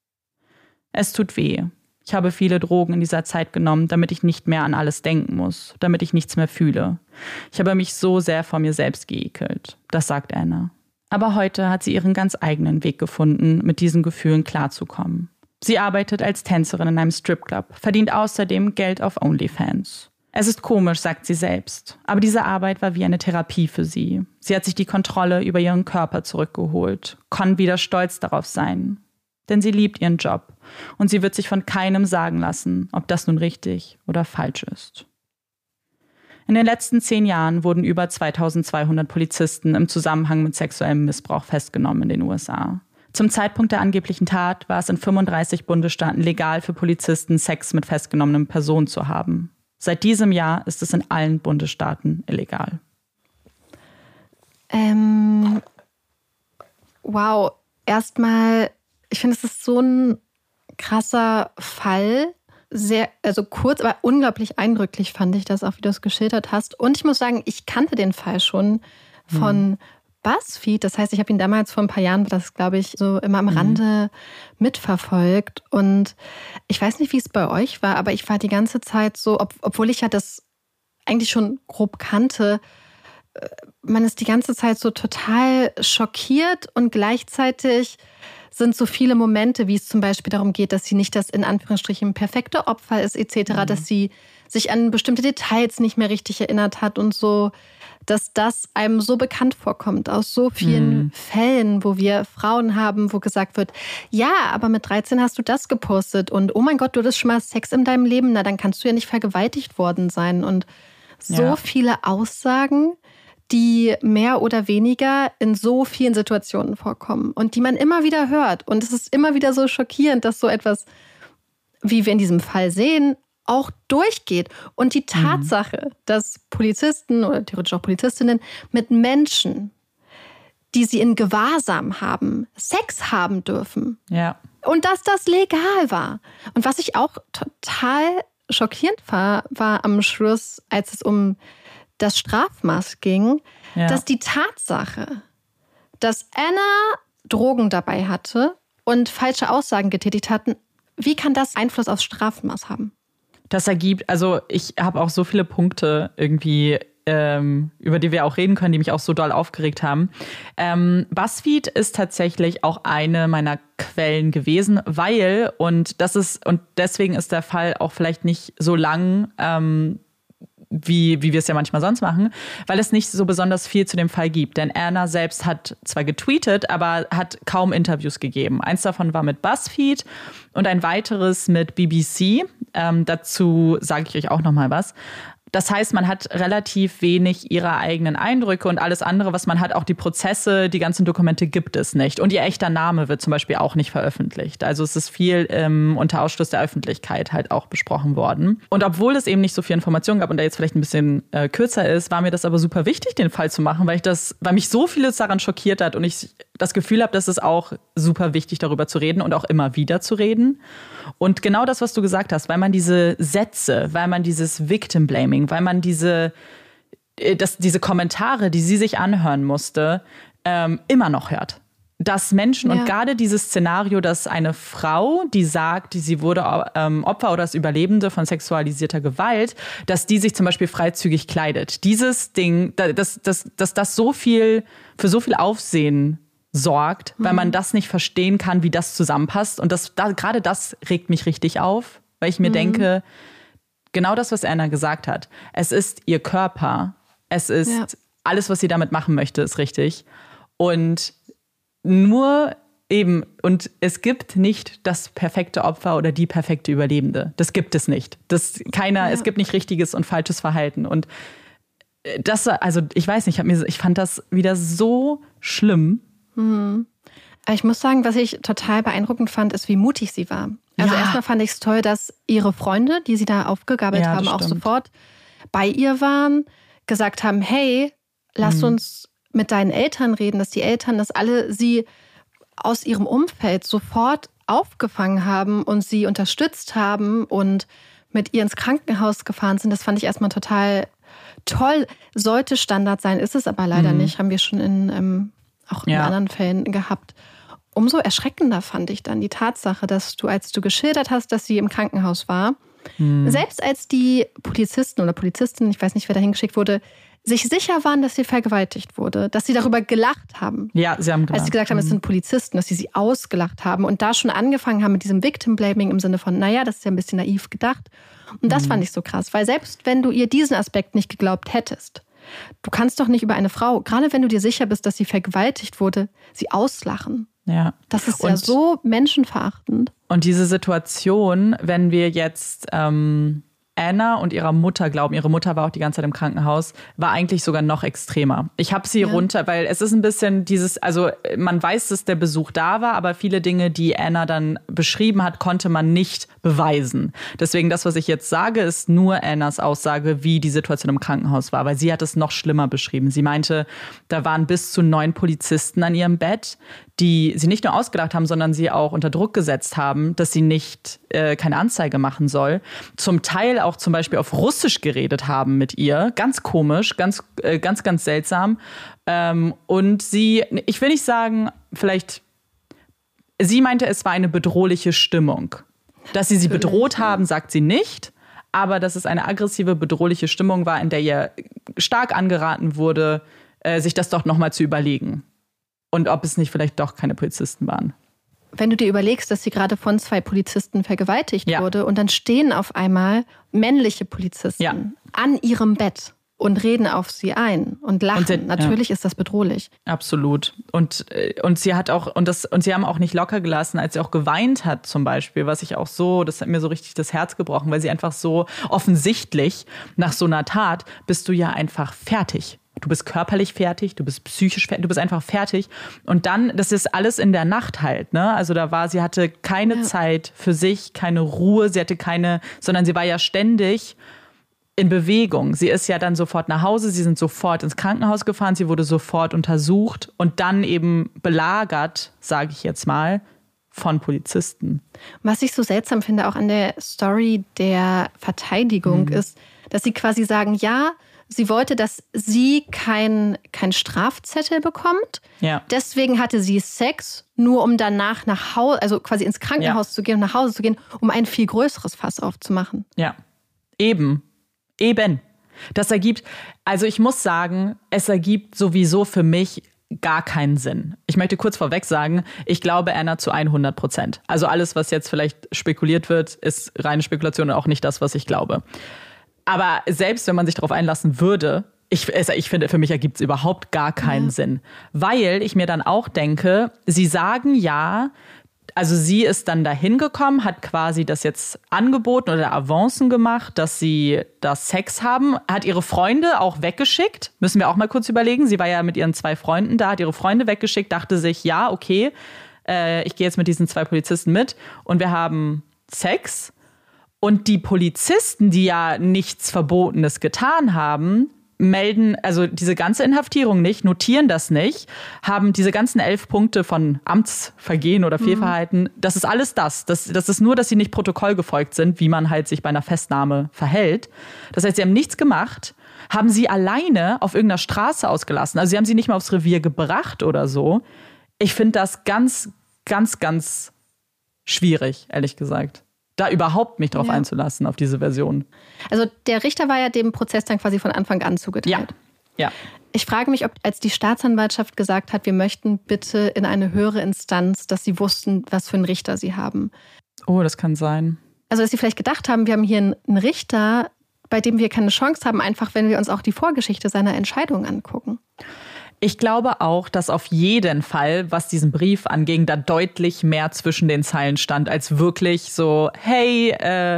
Es tut weh. Ich habe viele Drogen in dieser Zeit genommen, damit ich nicht mehr an alles denken muss, damit ich nichts mehr fühle. Ich habe mich so sehr vor mir selbst geekelt. Das sagt Anna. Aber heute hat sie ihren ganz eigenen Weg gefunden, mit diesen Gefühlen klarzukommen. Sie arbeitet als Tänzerin in einem Stripclub, verdient außerdem Geld auf OnlyFans. Es ist komisch, sagt sie selbst, aber diese Arbeit war wie eine Therapie für sie. Sie hat sich die Kontrolle über ihren Körper zurückgeholt, kann wieder stolz darauf sein. Denn sie liebt ihren Job und sie wird sich von keinem sagen lassen, ob das nun richtig oder falsch ist. In den letzten zehn Jahren wurden über zweitausendzweihundert Polizisten im Zusammenhang mit sexuellem Missbrauch festgenommen in den U S A. Zum Zeitpunkt der angeblichen Tat war es in fünfunddreißig Bundesstaaten legal für Polizisten, Sex mit festgenommenen Personen zu haben. Seit diesem Jahr ist es in allen Bundesstaaten illegal. Ähm, wow, erstmal, ich finde, es ist so ein krasser Fall. Sehr, also kurz, aber unglaublich eindrücklich fand ich das auch, wie du es geschildert hast. Und ich muss sagen, ich kannte den Fall schon von hm. BuzzFeed. Das heißt, ich habe ihn damals vor ein paar Jahren, das glaube ich, so immer am Rande mhm. mitverfolgt. Und ich weiß nicht, wie es bei euch war, aber ich war die ganze Zeit so, ob, obwohl ich ja das eigentlich schon grob kannte, man ist die ganze Zeit so total schockiert und gleichzeitig sind so viele Momente, wie es zum Beispiel darum geht, dass sie nicht das in Anführungsstrichen perfekte Opfer ist et cetera, mhm. dass sie sich an bestimmte Details nicht mehr richtig erinnert hat und so, dass das einem so bekannt vorkommt aus so vielen mhm. Fällen, wo wir Frauen haben, wo gesagt wird, ja, aber mit dreizehn hast du das gepostet und oh mein Gott, du hattest schon mal Sex in deinem Leben, na dann kannst du ja nicht vergewaltigt worden sein und so ja. viele Aussagen, die mehr oder weniger in so vielen Situationen vorkommen und die man immer wieder hört. Und es ist immer wieder so schockierend, dass so etwas, wie wir in diesem Fall sehen, auch durchgeht. Und die Tatsache, mhm. dass Polizisten oder theoretisch auch Polizistinnen mit Menschen, die sie in Gewahrsam haben, Sex haben dürfen. Ja. Und dass das legal war. Und was ich auch total schockierend war, war am Schluss, als es um das Strafmaß ging, ja. dass die Tatsache, dass Anna Drogen dabei hatte und falsche Aussagen getätigt hatten, wie kann das Einfluss aufs Strafmaß haben? Das ergibt, also ich habe auch so viele Punkte irgendwie, ähm, über die wir auch reden können, die mich auch so doll aufgeregt haben. Ähm, BuzzFeed ist tatsächlich auch eine meiner Quellen gewesen, weil, und das ist, und deswegen ist der Fall auch vielleicht nicht so lang, ähm, wie, wie wir es ja manchmal sonst machen, weil es nicht so besonders viel zu dem Fall gibt. Denn Anna selbst hat zwar getweetet, aber hat kaum Interviews gegeben. Eins davon war mit BuzzFeed und ein weiteres mit B B C. Ähm, dazu sage ich euch auch noch mal was. Das heißt, man hat relativ wenig ihrer eigenen Eindrücke und alles andere, was man hat, auch die Prozesse, die ganzen Dokumente gibt es nicht. Und ihr echter Name wird zum Beispiel auch nicht veröffentlicht. Also es ist viel ähm, unter Ausschluss der Öffentlichkeit halt auch besprochen worden. Und obwohl es eben nicht so viel Information gab und der jetzt vielleicht ein bisschen äh, kürzer ist, war mir das aber super wichtig, den Fall zu machen, weil ich das, weil mich so vieles daran schockiert hat und ich das Gefühl habe, dass es auch super wichtig, darüber zu reden und auch immer wieder zu reden. Und genau das, was du gesagt hast, weil man diese Sätze, weil man dieses Victim Blaming, weil man diese, das, diese Kommentare, die sie sich anhören musste, ähm, immer noch hört. Dass Menschen, ja. und gerade dieses Szenario, dass eine Frau, die sagt, sie wurde ähm, Opfer oder das Überlebende von sexualisierter Gewalt, dass die sich zum Beispiel freizügig kleidet. Dieses Ding, dass, dass, dass das so viel, für so viel Aufsehen sorgt, mhm. weil man das nicht verstehen kann, wie das zusammenpasst. Und das, da, gerade das regt mich richtig auf, weil ich mir mhm. denke, genau das, was Anna gesagt hat. Es ist ihr Körper. Es ist ja. alles, was sie damit machen möchte, ist richtig. Und nur eben, und es gibt nicht das perfekte Opfer oder die perfekte Überlebende. Das gibt es nicht. Das keiner, ja. Es gibt nicht richtiges und falsches Verhalten. Und das, also ich weiß nicht, ich, hab mir, ich fand das wieder so schlimm. Mhm. Ich muss sagen, was ich total beeindruckend fand, ist, wie mutig sie war. Also ja. erstmal fand ich es toll, dass ihre Freunde, die sie da aufgegabelt ja, haben, auch sofort bei ihr waren, gesagt haben, hey, lass mhm. uns mit deinen Eltern reden, dass die Eltern, dass alle sie aus ihrem Umfeld sofort aufgefangen haben und sie unterstützt haben und mit ihr ins Krankenhaus gefahren sind. Das fand ich erstmal total toll. Sollte Standard sein, ist es aber leider mhm. nicht. Haben wir schon in, ähm, auch in ja. anderen Fällen gehabt. Umso erschreckender fand ich dann die Tatsache, dass du, als du geschildert hast, dass sie im Krankenhaus war, mhm. selbst als die Polizisten oder Polizistin, ich weiß nicht, wer dahin geschickt wurde, sich sicher waren, dass sie vergewaltigt wurde, dass sie darüber gelacht haben. Ja, sie haben gelacht. Als sie gesagt haben, es sind Polizisten, dass sie sie ausgelacht haben und da schon angefangen haben mit diesem Victim-Blaming im Sinne von, naja, das ist ja ein bisschen naiv gedacht. Und das mhm. fand ich so krass, weil selbst wenn du ihr diesen Aspekt nicht geglaubt hättest, du kannst doch nicht über eine Frau, gerade wenn du dir sicher bist, dass sie vergewaltigt wurde, sie auslachen. Ja. Das ist und, ja so menschenverachtend. Und diese Situation, wenn wir jetzt ähm, Anna und ihrer Mutter glauben, ihre Mutter war auch die ganze Zeit im Krankenhaus, war eigentlich sogar noch extremer. Ich habe sie ja. runter, weil es ist ein bisschen dieses, also man weiß, dass der Besuch da war, aber viele Dinge, die Anna dann beschrieben hat, konnte man nicht beweisen. Deswegen das, was ich jetzt sage, ist nur Annas Aussage, wie die Situation im Krankenhaus war, weil sie hat es noch schlimmer beschrieben. Sie meinte, da waren bis zu neun Polizisten an ihrem Bett, die sie nicht nur ausgelacht haben, sondern sie auch unter Druck gesetzt haben, dass sie nicht äh, keine Anzeige machen soll. Zum Teil auch zum Beispiel auf Russisch geredet haben mit ihr. Ganz komisch, ganz, äh, ganz, ganz seltsam. Ähm, und sie, ich will nicht sagen, vielleicht, sie meinte, es war eine bedrohliche Stimmung. Dass sie sie bedroht haben, sagt sie nicht. Aber dass es eine aggressive, bedrohliche Stimmung war, in der ihr stark angeraten wurde, äh, sich das doch nochmal zu überlegen. Und ob es nicht vielleicht doch keine Polizisten waren. Wenn du dir überlegst, dass sie gerade von zwei Polizisten vergewaltigt ja. wurde und dann stehen auf einmal männliche Polizisten ja. an ihrem Bett und reden auf sie ein und lachen. Und sie, Natürlich ja. ist das bedrohlich. Absolut. Und, und sie hat auch, und das, und sie haben auch nicht locker gelassen, als sie auch geweint hat zum Beispiel, was ich auch so, das hat mir so richtig das Herz gebrochen, weil sie einfach so offensichtlich nach so einer Tat bist du ja einfach fertig. Du bist körperlich fertig, du bist psychisch fertig, du bist einfach fertig. Und dann, das ist alles in der Nacht halt, ne? Also da war, sie hatte keine ja. Zeit für sich, keine Ruhe, sie hatte keine, sondern sie war ja ständig in Bewegung. Sie ist ja dann sofort nach Hause, sie sind sofort ins Krankenhaus gefahren, sie wurde sofort untersucht und dann eben belagert, sage ich jetzt mal, von Polizisten. Was ich so seltsam finde, auch an der Story der Verteidigung, mhm. ist, dass sie quasi sagen, ja, sie wollte, dass sie kein, kein Strafzettel bekommt. Ja. Deswegen hatte sie Sex, nur um danach nach Hause, also quasi ins Krankenhaus ja. zu gehen und nach Hause zu gehen, um ein viel größeres Fass aufzumachen. Ja, eben. Eben. Das ergibt, also ich muss sagen, es ergibt sowieso für mich gar keinen Sinn. Ich möchte kurz vorweg sagen, ich glaube Anna zu hundert Prozent. Also alles, was jetzt vielleicht spekuliert wird, ist reine Spekulation und auch nicht das, was ich glaube. Aber selbst wenn man sich darauf einlassen würde, ich, ich finde, für mich ergibt es überhaupt gar keinen ja. Sinn. Weil ich mir dann auch denke, sie sagen ja, Also sie ist dann dahin gekommen, hat quasi das jetzt angeboten oder Avancen gemacht, dass sie das Sex haben, hat ihre Freunde auch weggeschickt, müssen wir auch mal kurz überlegen. Sie war ja mit ihren zwei Freunden da, hat ihre Freunde weggeschickt, dachte sich, ja, okay, äh, ich gehe jetzt mit diesen zwei Polizisten mit und wir haben Sex. Und die Polizisten, die ja nichts Verbotenes getan haben, melden also diese ganze Inhaftierung nicht, notieren das nicht, haben diese ganzen elf Punkte von Amtsvergehen oder Fehlverhalten, mhm. das ist alles das. das. Das ist nur, dass sie nicht Protokoll gefolgt sind, wie man halt sich bei einer Festnahme verhält. Das heißt, sie haben nichts gemacht, haben sie alleine auf irgendeiner Straße ausgelassen. Also sie haben sie nicht mal aufs Revier gebracht oder so. Ich finde das ganz, ganz, ganz schwierig, ehrlich gesagt. Da überhaupt mich drauf ja. einzulassen, auf diese Version. Also der Richter war ja dem Prozess dann quasi von Anfang an zugeteilt. Ja. ja. Ich frage mich, ob als die Staatsanwaltschaft gesagt hat, wir möchten bitte in eine höhere Instanz, dass sie wussten, was für einen Richter sie haben. Oh, das kann sein. Also dass sie vielleicht gedacht haben, wir haben hier einen Richter, bei dem wir keine Chance haben, einfach wenn wir uns auch die Vorgeschichte seiner Entscheidung angucken. Ich glaube auch, dass auf jeden Fall, was diesen Brief anging, da deutlich mehr zwischen den Zeilen stand, als wirklich so, hey, äh,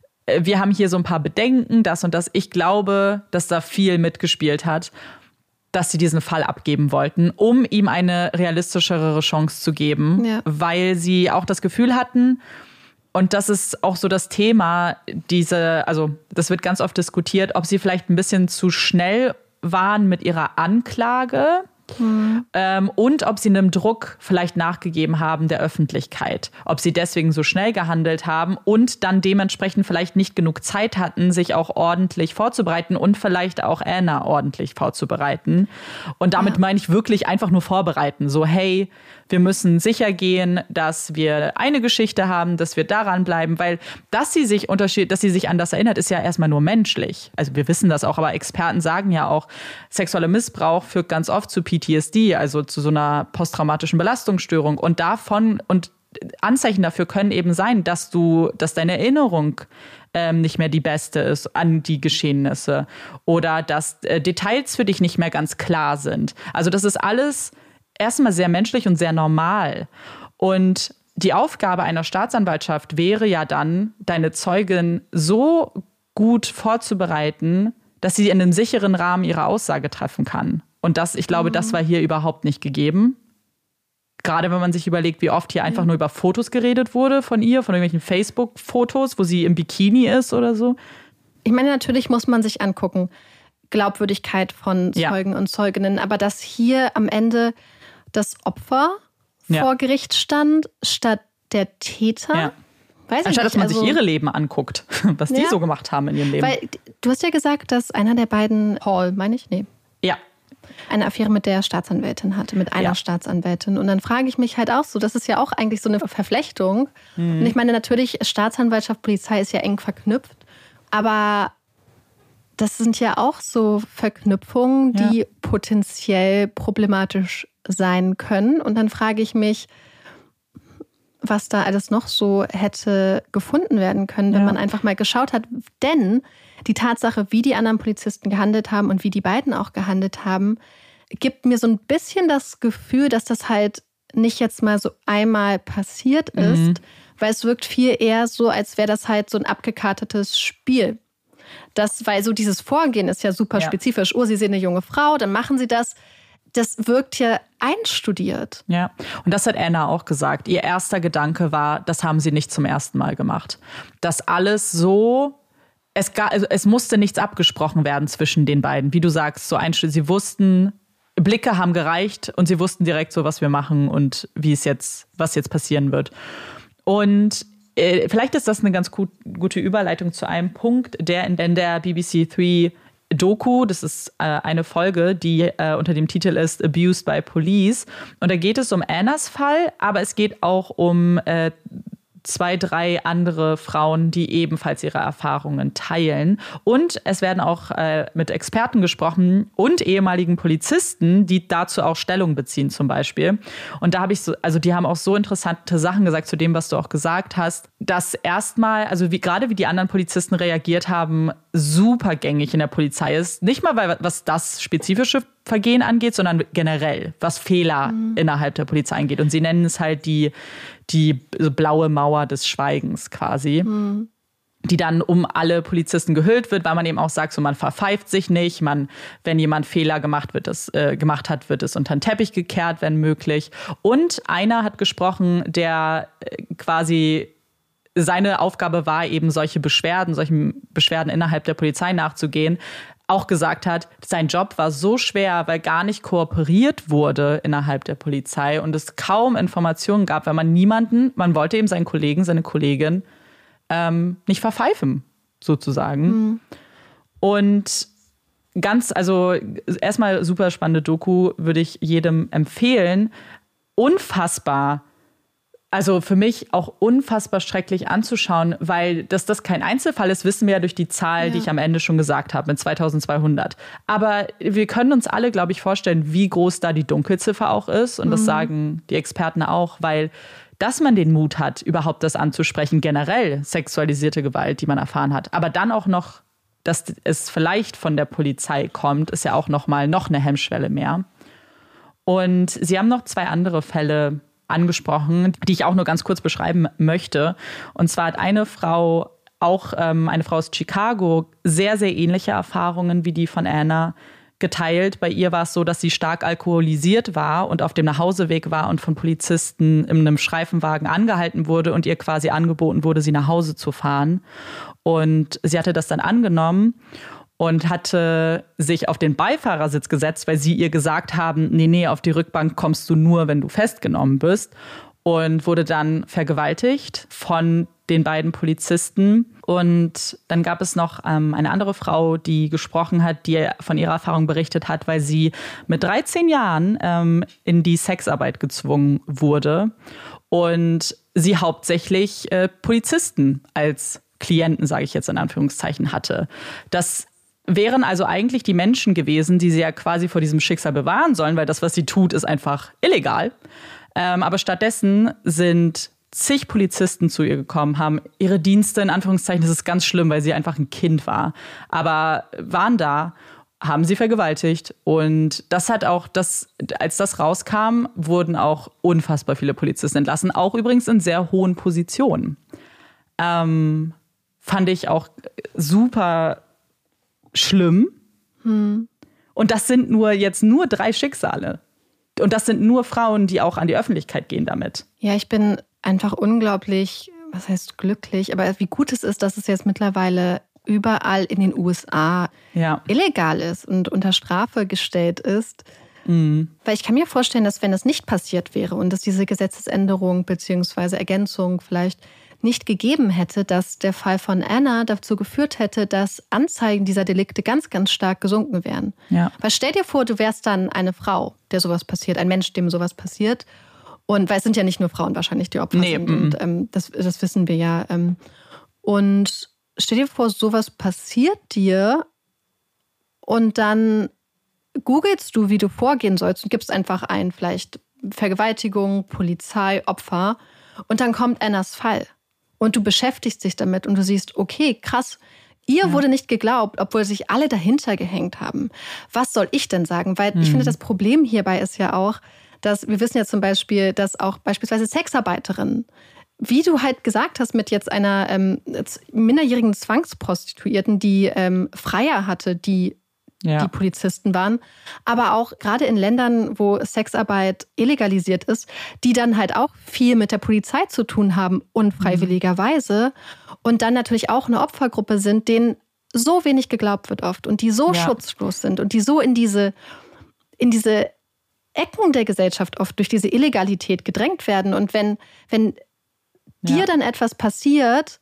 wir haben hier so ein paar Bedenken, das und das. Ich glaube, dass da viel mitgespielt hat, dass sie diesen Fall abgeben wollten, um ihm eine realistischere Chance zu geben, ja. weil sie auch das Gefühl hatten, und das ist auch so das Thema, diese, also das wird ganz oft diskutiert, ob sie vielleicht ein bisschen zu schnell waren mit ihrer Anklage mhm. ähm, und ob sie einem Druck vielleicht nachgegeben haben der Öffentlichkeit. Ob sie deswegen so schnell gehandelt haben und dann dementsprechend vielleicht nicht genug Zeit hatten, sich auch ordentlich vorzubereiten und vielleicht auch Anna ordentlich vorzubereiten. Und damit ja. meine ich wirklich einfach nur vorbereiten. So, hey, wir müssen sicher gehen, dass wir eine Geschichte haben, dass wir daran bleiben, weil dass sie sich unterschied, dass sie sich an das erinnert, ist ja erstmal nur menschlich. Also wir wissen das auch, aber Experten sagen ja auch, sexueller Missbrauch führt ganz oft zu P T S D, also zu so einer posttraumatischen Belastungsstörung. Und davon und Anzeichen dafür können eben sein, dass du, dass deine Erinnerung ähm, nicht mehr die beste ist an die Geschehnisse oder dass äh, Details für dich nicht mehr ganz klar sind. Also das ist alles erstmal sehr menschlich und sehr normal. Und die Aufgabe einer Staatsanwaltschaft wäre ja dann, deine Zeugin so gut vorzubereiten, dass sie in einem sicheren Rahmen ihre Aussage treffen kann. Und das, ich glaube, mhm. das war hier überhaupt nicht gegeben. Gerade wenn man sich überlegt, wie oft hier einfach ja. nur über Fotos geredet wurde von ihr, von irgendwelchen Facebook-Fotos, wo sie im Bikini ist oder so. Ich meine, natürlich muss man sich angucken, Glaubwürdigkeit von Zeugen ja. und Zeuginnen, aber dass hier am Ende das Opfer ja. vor Gericht stand, statt der Täter. Ja. Weiß ich Anstatt, nicht. dass man also, sich ihre Leben anguckt, was die ja. so gemacht haben in ihrem Leben. Weil du hast ja gesagt, dass einer der beiden, Paul, meine ich? Nee. Ja. Eine Affäre mit der Staatsanwältin hatte, mit einer ja. Staatsanwältin. Und dann frage ich mich halt auch so, das ist ja auch eigentlich so eine Verflechtung. Mhm. Und ich meine, natürlich, Staatsanwaltschaft, Polizei ist ja eng verknüpft. Aber das sind ja auch so Verknüpfungen, die ja. potenziell problematisch sein können. Und dann frage ich mich, was da alles noch so hätte gefunden werden können, wenn ja. man einfach mal geschaut hat. Denn die Tatsache, wie die anderen Polizisten gehandelt haben und wie die beiden auch gehandelt haben, gibt mir so ein bisschen das Gefühl, dass das halt nicht jetzt mal so einmal passiert ist, mhm. weil es wirkt viel eher so, als wäre das halt so ein abgekartetes Spiel. Das, weil so dieses Vorgehen ist ja super ja. spezifisch. Oh, Sie sehen eine junge Frau, dann machen Sie das. Das wirkt ja einstudiert. Ja, und das hat Anna auch gesagt. Ihr erster Gedanke war, das haben sie nicht zum ersten Mal gemacht. Das alles so, es, also es musste nichts abgesprochen werden zwischen den beiden. Wie du sagst, so einstudiert. Sie wussten, Blicke haben gereicht und sie wussten direkt so, was wir machen und wie es jetzt, was jetzt passieren wird. Und äh, vielleicht ist das eine ganz gut, gute Überleitung zu einem Punkt, der in, in der B B C drei Doku, das ist äh, eine Folge, die äh, unter dem Titel ist Abused by Police. Und da geht es um Annas Fall, aber es geht auch um äh, zwei, drei andere Frauen, die ebenfalls ihre Erfahrungen teilen. Und es werden auch äh, mit Experten gesprochen und ehemaligen Polizisten, die dazu auch Stellung beziehen zum Beispiel. Und da habe ich so, also die haben auch so interessante Sachen gesagt zu dem, was du auch gesagt hast, dass erstmal, also wie gerade wie die anderen Polizisten reagiert haben, super gängig in der Polizei ist. Nicht mal, weil was das spezifische Vergehen angeht, sondern generell, was Fehler mhm. innerhalb der Polizei angeht. Und sie nennen es halt die die so blaue Mauer des Schweigens quasi. Mhm. Die dann um alle Polizisten gehüllt wird, weil man eben auch sagt, so man verpfeift sich nicht, man, wenn jemand Fehler gemacht, wird es, äh, gemacht hat, wird es unter den Teppich gekehrt, wenn möglich. Und einer hat gesprochen, der äh, quasi seine Aufgabe war, eben solche Beschwerden, solchen Beschwerden innerhalb der Polizei nachzugehen, auch gesagt hat, sein Job war so schwer, weil gar nicht kooperiert wurde innerhalb der Polizei und es kaum Informationen gab, weil man niemanden, man wollte eben seinen Kollegen, seine Kollegin ähm, nicht verpfeifen, sozusagen. Mhm. Und ganz, also erstmal super spannende Doku, würde ich jedem empfehlen. Unfassbar. Also für mich auch unfassbar schrecklich anzuschauen, weil dass das kein Einzelfall ist, wissen wir ja durch die Zahl, ja. die ich am Ende schon gesagt habe, mit zweitausendzweihundert. Aber wir können uns alle, glaube ich, vorstellen, wie groß da die Dunkelziffer auch ist. Und mhm. das sagen die Experten auch, weil dass man den Mut hat, überhaupt das anzusprechen, generell sexualisierte Gewalt, die man erfahren hat. Aber dann auch noch, dass es vielleicht von der Polizei kommt, ist ja auch noch mal noch eine Hemmschwelle mehr. Und sie haben noch zwei andere Fälle angesprochen, die ich auch nur ganz kurz beschreiben möchte. Und zwar hat eine Frau, auch ähm, eine Frau aus Chicago, sehr, sehr ähnliche Erfahrungen wie die von Anna geteilt. Bei ihr war es so, dass sie stark alkoholisiert war und auf dem Nachhauseweg war und von Polizisten in einem Streifenwagen angehalten wurde und ihr quasi angeboten wurde, sie nach Hause zu fahren. Und sie hatte das dann angenommen und hatte sich auf den Beifahrersitz gesetzt, weil sie ihr gesagt haben, nee, nee, auf die Rückbank kommst du nur, wenn du festgenommen bist. Und wurde dann vergewaltigt von den beiden Polizisten. Und dann gab es noch ähm, eine andere Frau, die gesprochen hat, die von ihrer Erfahrung berichtet hat, weil sie mit dreizehn Jahren ähm, in die Sexarbeit gezwungen wurde und sie hauptsächlich äh, Polizisten als Klienten, sage ich jetzt in Anführungszeichen, hatte. Das wären also eigentlich die Menschen gewesen, die sie ja quasi vor diesem Schicksal bewahren sollen, weil das, was sie tut, ist einfach illegal. Ähm, aber stattdessen sind zig Polizisten zu ihr gekommen, haben ihre Dienste, in Anführungszeichen, das ist ganz schlimm, weil sie einfach ein Kind war, aber waren da, haben sie vergewaltigt. Und das hat auch, das, als das rauskam, wurden auch unfassbar viele Polizisten entlassen, auch übrigens in sehr hohen Positionen. Ähm, fand ich auch super schlimm. Hm. Und das sind nur jetzt nur drei Schicksale. Und das sind nur Frauen, die auch an die Öffentlichkeit gehen damit. Ja, ich bin einfach unglaublich, was heißt glücklich, aber wie gut es ist, dass es jetzt mittlerweile überall in den U S A ja. illegal ist und unter Strafe gestellt ist. Mhm. Weil ich kann mir vorstellen, dass wenn das nicht passiert wäre und es diese Gesetzesänderung bzw. Ergänzung vielleicht nicht gegeben hätte, dass der Fall von Anna dazu geführt hätte, dass Anzeigen dieser Delikte ganz, ganz stark gesunken wären. Ja. Weil stell dir vor, du wärst dann eine Frau, der sowas passiert, ein Mensch, dem sowas passiert. Und weil es sind ja nicht nur Frauen wahrscheinlich, die Opfer nee, sind. Und ähm, das, das wissen wir ja. Ähm. Und stell dir vor, sowas passiert dir und dann googelst du, wie du vorgehen sollst und gibst einfach ein, vielleicht Vergewaltigung, Polizei, Opfer. Und dann kommt Annas Fall. Und du beschäftigst dich damit und du siehst, okay, krass, ihr ja. wurde nicht geglaubt, obwohl sich alle dahinter gehängt haben. Was soll ich denn sagen? Weil mhm. ich finde, das Problem hierbei ist ja auch, dass wir wissen ja zum Beispiel, dass auch beispielsweise Sexarbeiterinnen, wie du halt gesagt hast, mit jetzt einer ähm, minderjährigen Zwangsprostituierten, die ähm, Freier hatte, die Ja. die Polizisten waren, aber auch gerade in Ländern, wo Sexarbeit illegalisiert ist, die dann halt auch viel mit der Polizei zu tun haben, unfreiwilligerweise, und dann natürlich auch eine Opfergruppe sind, denen so wenig geglaubt wird oft und die so ja. schutzlos sind und die so in diese, in diese Ecken der Gesellschaft oft durch diese Illegalität gedrängt werden. Und wenn, wenn ja. dir dann etwas passiert,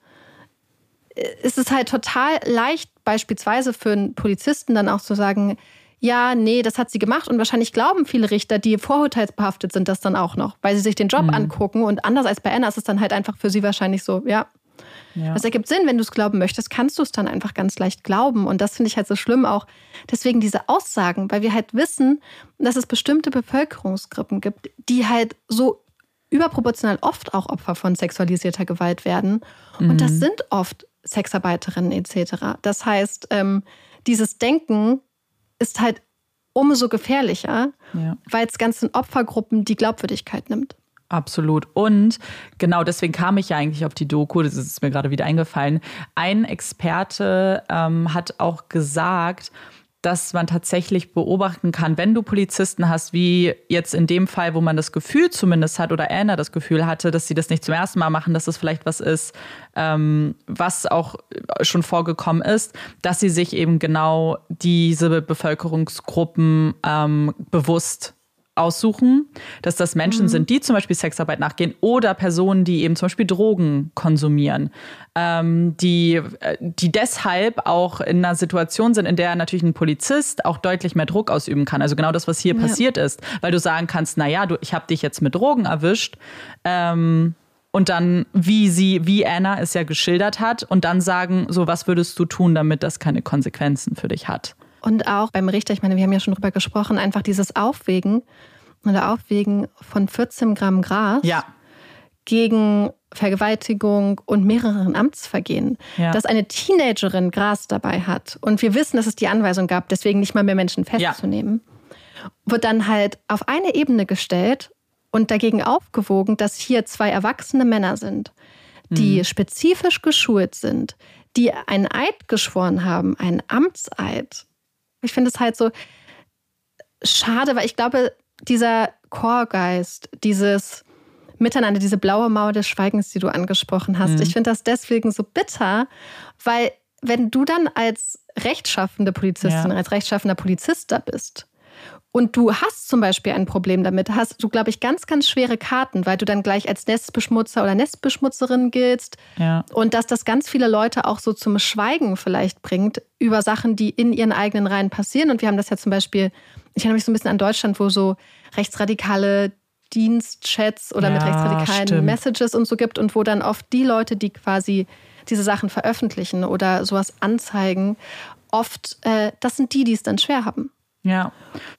ist es halt total leicht, beispielsweise für einen Polizisten dann auch zu sagen, ja, nee, das hat sie gemacht. Und wahrscheinlich glauben viele Richter, die vorurteilsbehaftet sind, das dann auch noch, weil sie sich den Job mhm. angucken. Und anders als bei Anna ist es dann halt einfach für sie wahrscheinlich so, ja, ja. das ergibt Sinn. Wenn du es glauben möchtest, kannst du es dann einfach ganz leicht glauben. Und das finde ich halt so schlimm auch. Deswegen diese Aussagen, weil wir halt wissen, dass es bestimmte Bevölkerungsgruppen gibt, die halt so überproportional oft auch Opfer von sexualisierter Gewalt werden. Mhm. Und das sind oft Sexarbeiterinnen et cetera. Das heißt, ähm, dieses Denken ist halt umso gefährlicher, ja. weil es ganzen Opfergruppen die Glaubwürdigkeit nimmt. Absolut. Und genau deswegen kam ich ja eigentlich auf die Doku, das ist mir gerade wieder eingefallen. Ein Experte ähm, hat auch gesagt, dass man tatsächlich beobachten kann, wenn du Polizisten hast, wie jetzt in dem Fall, wo man das Gefühl zumindest hat oder Anna das Gefühl hatte, dass sie das nicht zum ersten Mal machen, dass das vielleicht was ist, ähm, was auch schon vorgekommen ist, dass sie sich eben genau diese Bevölkerungsgruppen ähm, bewusst aussuchen, dass das Menschen mhm. sind, die zum Beispiel Sexarbeit nachgehen oder Personen, die eben zum Beispiel Drogen konsumieren, ähm, die, die deshalb auch in einer Situation sind, in der natürlich ein Polizist auch deutlich mehr Druck ausüben kann. Also genau das, was hier ja. passiert ist, weil du sagen kannst, naja, du, ich habe dich jetzt mit Drogen erwischt, ähm, und dann, wie sie, wie Anna es ja geschildert hat, und dann sagen, so, was würdest du tun, damit das keine Konsequenzen für dich hat? Und auch beim Richter, ich meine, wir haben ja schon drüber gesprochen, einfach dieses Aufwägen oder Aufwägen von vierzehn Gramm Gras ja. gegen Vergewaltigung und mehreren Amtsvergehen. Ja. Dass eine Teenagerin Gras dabei hat und wir wissen, dass es die Anweisung gab, deswegen nicht mal mehr Menschen festzunehmen, ja. wird dann halt auf eine Ebene gestellt und dagegen aufgewogen, dass hier zwei erwachsene Männer sind, die mhm. spezifisch geschult sind, die einen Eid geschworen haben, einen Amtseid. Ich finde es halt so schade, weil ich glaube, dieser Chorgeist, dieses Miteinander, diese blaue Mauer des Schweigens, die du angesprochen hast, mhm. ich finde das deswegen so bitter, weil wenn du dann als rechtschaffende Polizistin, ja. als rechtschaffender Polizist da bist und du hast zum Beispiel ein Problem damit, hast du, glaube ich, ganz, ganz schwere Karten, weil du dann gleich als Nestbeschmutzer oder Nestbeschmutzerin giltst. Ja. Und dass das ganz viele Leute auch so zum Schweigen vielleicht bringt über Sachen, die in ihren eigenen Reihen passieren. Und wir haben das ja zum Beispiel, ich erinnere mich so ein bisschen an Deutschland, wo so rechtsradikale Dienstchats oder ja, mit rechtsradikalen stimmt. Messages und so gibt und wo dann oft die Leute, die quasi diese Sachen veröffentlichen oder sowas anzeigen, oft, äh, das sind die, die es dann schwer haben. Ja.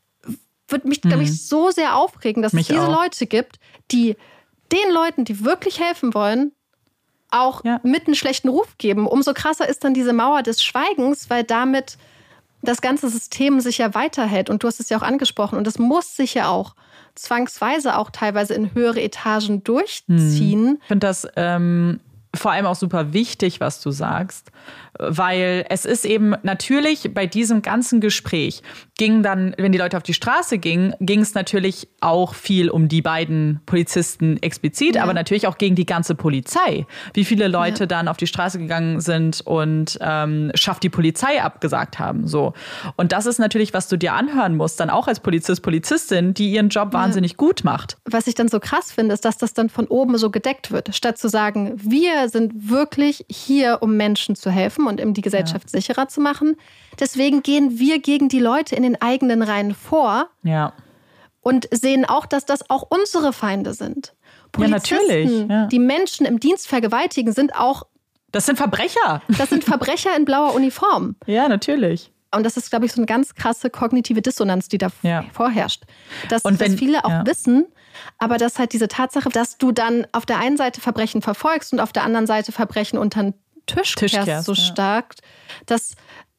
Würde mich, glaube ich, so sehr aufregen, dass mich es diese auch. Leute gibt, die den Leuten, die wirklich helfen wollen, auch ja. mit einen schlechten Ruf geben. Umso krasser ist dann diese Mauer des Schweigens, weil damit das ganze System sich ja weiterhält. Und du hast es ja auch angesprochen. Und das muss sich ja auch zwangsweise auch teilweise in höhere Etagen durchziehen. Hm. Ich finde das ähm, vor allem auch super wichtig, was du sagst. Weil es ist eben natürlich bei diesem ganzen Gespräch ging dann, wenn die Leute auf die Straße gingen, ging es natürlich auch viel um die beiden Polizisten explizit, ja. aber natürlich auch gegen die ganze Polizei. Wie viele Leute ja. dann auf die Straße gegangen sind und ähm, schafft die Polizei abgesagt haben. So. Und das ist natürlich, was du dir anhören musst, dann auch als Polizist, Polizistin, die ihren Job ja. wahnsinnig gut macht. Was ich dann so krass finde, ist, dass das dann von oben so gedeckt wird, statt zu sagen, wir sind wirklich hier, um Menschen zu helfen und um die Gesellschaft ja. sicherer zu machen. Deswegen gehen wir gegen die Leute in den eigenen Reihen vor ja. und sehen auch, dass das auch unsere Feinde sind. Polizisten, ja, natürlich. Ja. die Menschen im Dienst vergewaltigen, sind auch... Das sind Verbrecher. Das sind Verbrecher in blauer Uniform. Ja, natürlich. Und das ist, glaube ich, so eine ganz krasse kognitive Dissonanz, die da ja. vorherrscht. Dass, und wenn, dass viele auch ja. wissen, aber dass halt diese Tatsache, dass du dann auf der einen Seite Verbrechen verfolgst und auf der anderen Seite Verbrechen unter den Tisch kehrst so ja. stark, dass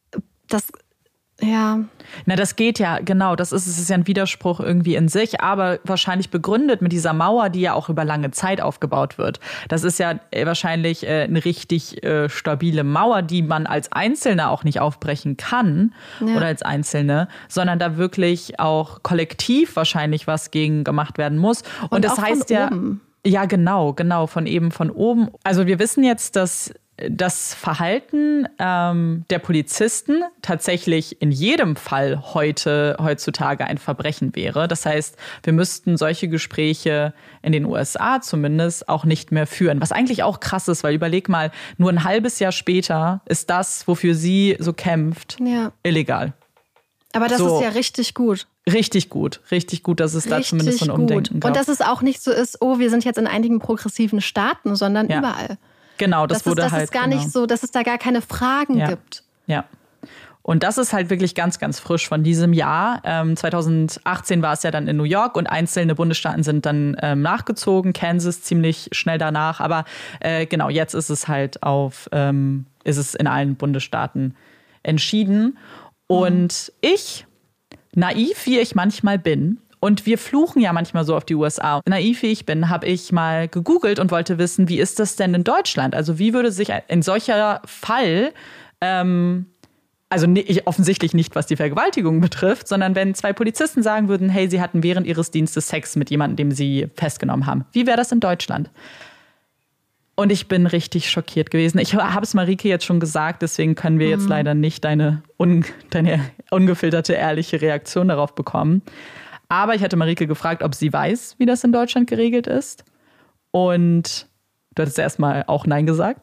das, ja... Na, das geht ja, genau, das ist, es ist ja ein Widerspruch irgendwie in sich, aber wahrscheinlich begründet mit dieser Mauer, die ja auch über lange Zeit aufgebaut wird. Das ist ja wahrscheinlich äh, eine richtig äh, stabile Mauer, die man als Einzelner auch nicht aufbrechen kann ja. oder als Einzelne, sondern da wirklich auch kollektiv wahrscheinlich was gegen gemacht werden muss. Und, Und das auch heißt von ja, oben. Ja, genau, genau, von eben von oben. Also wir wissen jetzt, dass das Verhalten ähm, der Polizisten tatsächlich in jedem Fall heute, heutzutage ein Verbrechen wäre. Das heißt, wir müssten solche Gespräche in den U S A zumindest auch nicht mehr führen. Was eigentlich auch krass ist, weil überleg mal, nur ein halbes Jahr später ist das, wofür sie so kämpft, ja. illegal. Aber das so. ist ja richtig gut. Richtig gut, richtig gut, dass es richtig da zumindest so ein Umdenken gab. Und dass es auch nicht so ist, oh, wir sind jetzt in einigen progressiven Staaten, sondern ja. überall. Genau, das, das wurde ist, das halt. Das ist gar genau. nicht so, dass es da gar keine Fragen ja. gibt. Ja. Und das ist halt wirklich ganz, ganz frisch von diesem Jahr. Ähm, zweitausendachtzehn war es ja dann in New York und einzelne Bundesstaaten sind dann ähm, nachgezogen. Kansas ziemlich schnell danach. Aber äh, genau, jetzt ist es halt auf, ähm, ist es in allen Bundesstaaten entschieden. Und mhm. ich, naiv wie ich manchmal bin, Und wir fluchen ja manchmal so auf die U S A. Naiv wie ich bin, habe ich mal gegoogelt und wollte wissen, wie ist das denn in Deutschland? Also wie würde sich ein solcher Fall, ähm, also nicht, offensichtlich nicht, was die Vergewaltigung betrifft, sondern wenn zwei Polizisten sagen würden, hey, sie hatten während ihres Dienstes Sex mit jemandem, den sie festgenommen haben. Wie wäre das in Deutschland? Und ich bin richtig schockiert gewesen. Ich habe es Marike jetzt schon gesagt, deswegen können wir jetzt mhm. leider nicht deine, un, deine ungefilterte, ehrliche Reaktion darauf bekommen. Aber ich hatte Marike gefragt, ob sie weiß, wie das in Deutschland geregelt ist. Und du hattest erstmal auch Nein gesagt.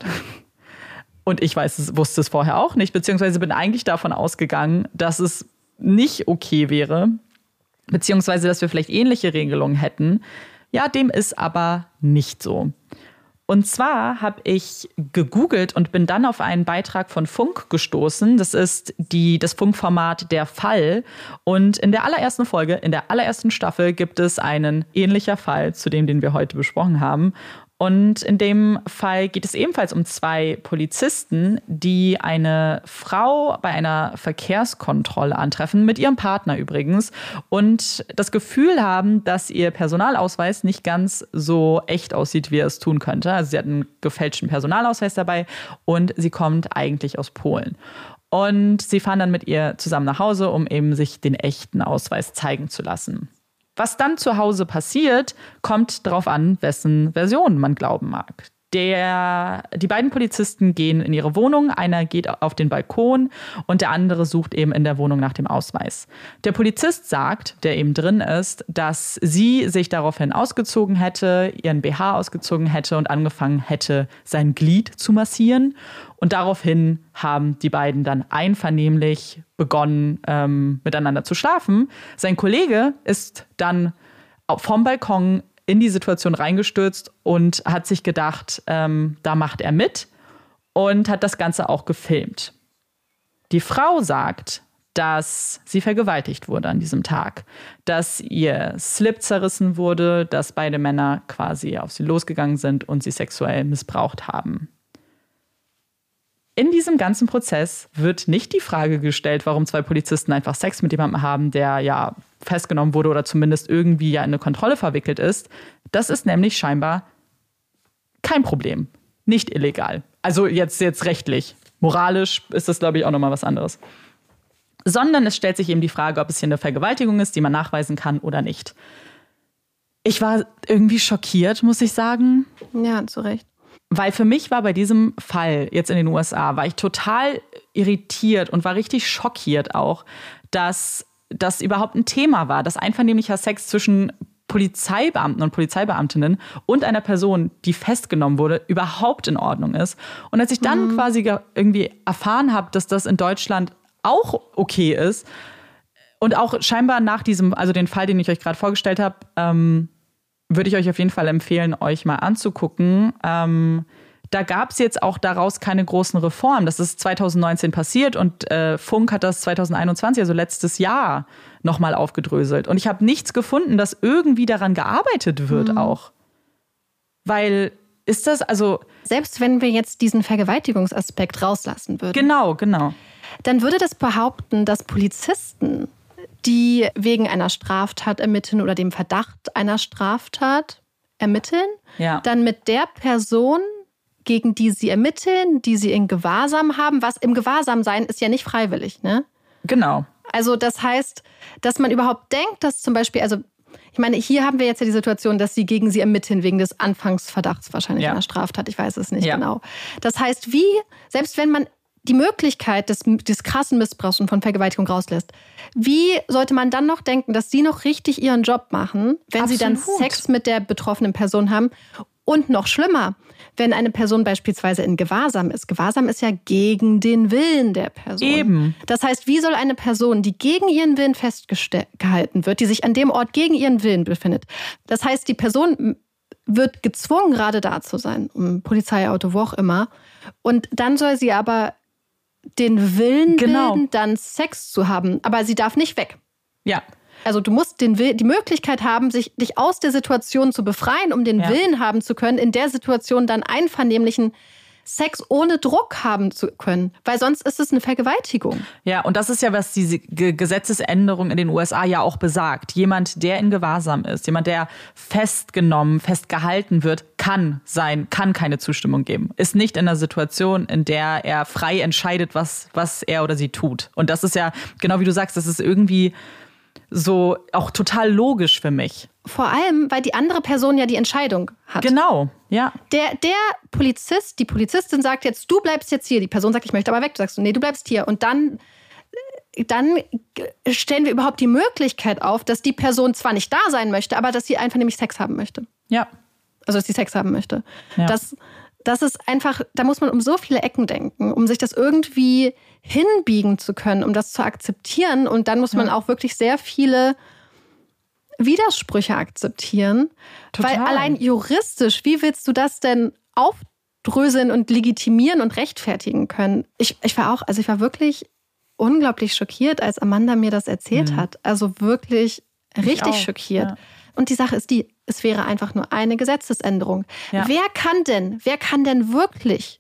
Und ich weiß, es, wusste es vorher auch nicht, beziehungsweise bin eigentlich davon ausgegangen, dass es nicht okay wäre, beziehungsweise dass wir vielleicht ähnliche Regelungen hätten. Ja, dem ist aber nicht so. Und zwar habe ich gegoogelt und bin dann auf einen Beitrag von Funk gestoßen. Das ist die, das Funkformat Der Fall. Und in der allerersten Folge, in der allerersten Staffel gibt es einen ähnlichen Fall zu dem, den wir heute besprochen haben. Und in dem Fall geht es ebenfalls um zwei Polizisten, die eine Frau bei einer Verkehrskontrolle antreffen, mit ihrem Partner übrigens, und das Gefühl haben, dass ihr Personalausweis nicht ganz so echt aussieht, wie er es tun könnte. Also sie hat einen gefälschten Personalausweis dabei und sie kommt eigentlich aus Polen. Und sie fahren dann mit ihr zusammen nach Hause, um eben sich den echten Ausweis zeigen zu lassen. Was dann zu Hause passiert, kommt darauf an, wessen Version man glauben mag. Der, die beiden Polizisten gehen in ihre Wohnung, einer geht auf den Balkon und der andere sucht eben in der Wohnung nach dem Ausweis. Der Polizist sagt, der eben drin ist, dass sie sich daraufhin ausgezogen hätte, ihren B H ausgezogen hätte und angefangen hätte, sein Glied zu massieren. Und daraufhin haben die beiden dann einvernehmlich begonnen, ähm, miteinander zu schlafen. Sein Kollege ist dann vom Balkon in die Situation reingestürzt und hat sich gedacht, ähm, da macht er mit und hat das Ganze auch gefilmt. Die Frau sagt, dass sie vergewaltigt wurde an diesem Tag, dass ihr Slip zerrissen wurde, dass beide Männer quasi auf sie losgegangen sind und sie sexuell missbraucht haben. In diesem ganzen Prozess wird nicht die Frage gestellt, warum zwei Polizisten einfach Sex mit jemandem haben, der ja festgenommen wurde oder zumindest irgendwie ja in eine Kontrolle verwickelt ist. Das ist nämlich scheinbar kein Problem. Nicht illegal. Also jetzt, jetzt rechtlich. Moralisch ist das, glaube ich, auch nochmal was anderes. Sondern es stellt sich eben die Frage, ob es hier eine Vergewaltigung ist, die man nachweisen kann oder nicht. Ich war irgendwie schockiert, muss ich sagen. Ja, zu Recht. Weil für mich war bei diesem Fall jetzt in den U S A, war ich total irritiert und war richtig schockiert auch, dass das überhaupt ein Thema war, dass einvernehmlicher Sex zwischen Polizeibeamten und Polizeibeamtinnen und einer Person, die festgenommen wurde, überhaupt in Ordnung ist. Und als ich dann mhm. quasi irgendwie erfahren habe, dass das in Deutschland auch okay ist und auch scheinbar nach diesem, also den Fall, den ich euch gerade vorgestellt habe, ähm, würde ich euch auf jeden Fall empfehlen, euch mal anzugucken. Ähm, da gab es jetzt auch daraus keine großen Reformen. Das ist zwanzig neunzehn passiert und äh, Funk hat das zwanzig einundzwanzig, also letztes Jahr, nochmal aufgedröselt. Und ich habe nichts gefunden, dass irgendwie daran gearbeitet wird mhm. auch. Weil ist das, also... Selbst wenn wir jetzt diesen Vergewaltigungsaspekt rauslassen würden. Genau, genau. Dann würde das behaupten, dass Polizisten, die wegen einer Straftat ermitteln oder dem Verdacht einer Straftat ermitteln, ja. dann mit der Person, gegen die sie ermitteln, die sie in Gewahrsam haben, was im Gewahrsam sein ist ja nicht freiwillig, ne? Genau. Also das heißt, dass man überhaupt denkt, dass zum Beispiel, also ich meine, hier haben wir jetzt ja die Situation, dass sie gegen sie ermitteln wegen des Anfangsverdachts wahrscheinlich ja. einer Straftat, ich weiß es nicht ja. genau. Das heißt, wie, selbst wenn man die Möglichkeit des, des krassen Missbrauchs und von Vergewaltigung rauslässt, wie sollte man dann noch denken, dass sie noch richtig ihren Job machen, wenn Absolut. sie dann Sex mit der betroffenen Person haben? Und noch schlimmer, wenn eine Person beispielsweise in Gewahrsam ist. Gewahrsam ist ja gegen den Willen der Person. Eben. Das heißt, wie soll eine Person, die gegen ihren Willen festgehalten wird, die sich an dem Ort gegen ihren Willen befindet, das heißt, die Person wird gezwungen, gerade da zu sein, um Polizeiauto, wo auch immer, und dann soll sie aber den Willen genau. bilden, dann Sex zu haben. Aber sie darf nicht weg. Ja. Also du musst den Will- die Möglichkeit haben, sich, dich aus der Situation zu befreien, um den ja. Willen haben zu können, in der Situation dann einvernehmlichen Sex ohne Druck haben zu können, weil sonst ist es eine Vergewaltigung. Ja, und das ist ja, was diese G- Gesetzesänderung in den U S A ja auch besagt. Jemand, der in Gewahrsam ist, jemand, der festgenommen, festgehalten wird, kann sein, kann keine Zustimmung geben. Ist nicht in einer Situation, in der er frei entscheidet, was, was er oder sie tut. Und das ist ja, genau wie du sagst, das ist irgendwie so auch total logisch für mich. Vor allem, weil die andere Person ja die Entscheidung hat. Genau, ja. Der, der Polizist, die Polizistin sagt jetzt, du bleibst jetzt hier. Die Person sagt, ich möchte aber weg. Du sagst, nee, du bleibst hier. Und dann, dann stellen wir überhaupt die Möglichkeit auf, dass die Person zwar nicht da sein möchte, aber dass sie einfach nämlich Sex haben möchte. Ja. Also, dass sie Sex haben möchte. Ja. Das, das ist einfach, da muss man um so viele Ecken denken, um sich das irgendwie hinbiegen zu können, um das zu akzeptieren. Und dann muss man ja. auch wirklich sehr viele Widersprüche akzeptieren. Total. Weil allein juristisch, wie willst du das denn aufdröseln und legitimieren und rechtfertigen können? Ich, ich war auch, also ich war wirklich unglaublich schockiert, als Amanda mir das erzählt mhm. hat. Also wirklich richtig schockiert. Ja. Und die Sache ist die, es wäre einfach nur eine Gesetzesänderung. Ja. Wer kann denn, wer kann denn wirklich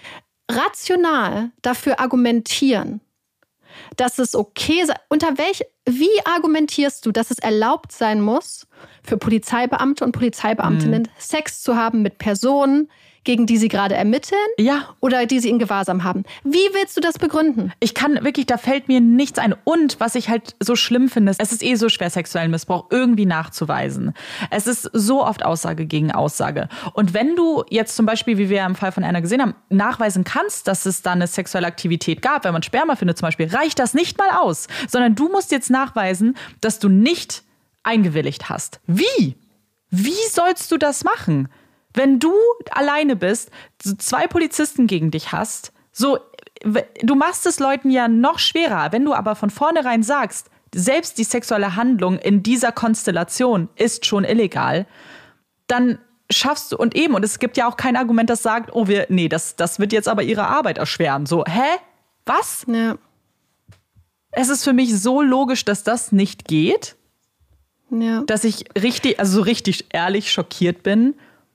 rational dafür argumentieren, dass es okay sei, unter welch, wie argumentierst du, dass es erlaubt sein muss, für Polizeibeamte und Polizeibeamtinnen mhm. Sex zu haben mit Personen, gegen die sie gerade ermitteln ja. oder die sie in Gewahrsam haben? Wie willst du das begründen? Ich kann wirklich, da fällt mir nichts ein. Und was ich halt so schlimm finde, es ist eh so schwer, sexuellen Missbrauch irgendwie nachzuweisen. Es ist so oft Aussage gegen Aussage. Und wenn du jetzt zum Beispiel, wie wir im Fall von Anna gesehen haben, nachweisen kannst, dass es da eine sexuelle Aktivität gab, wenn man Sperma findet zum Beispiel, reicht das nicht mal aus. Sondern du musst jetzt nachweisen, dass du nicht eingewilligt hast. Wie? Wie sollst du das machen? Wenn du alleine bist, so zwei Polizisten gegen dich hast, so, du machst es Leuten ja noch schwerer. Wenn du aber von vornherein sagst, selbst die sexuelle Handlung in dieser Konstellation ist schon illegal, dann schaffst du, und eben, und es gibt ja auch kein Argument, das sagt, oh, wir, nee, das, das wird jetzt aber ihre Arbeit erschweren. So, hä? Was? Ja. Es ist für mich so logisch, dass das nicht geht, ja. dass ich richtig, also so richtig ehrlich schockiert bin,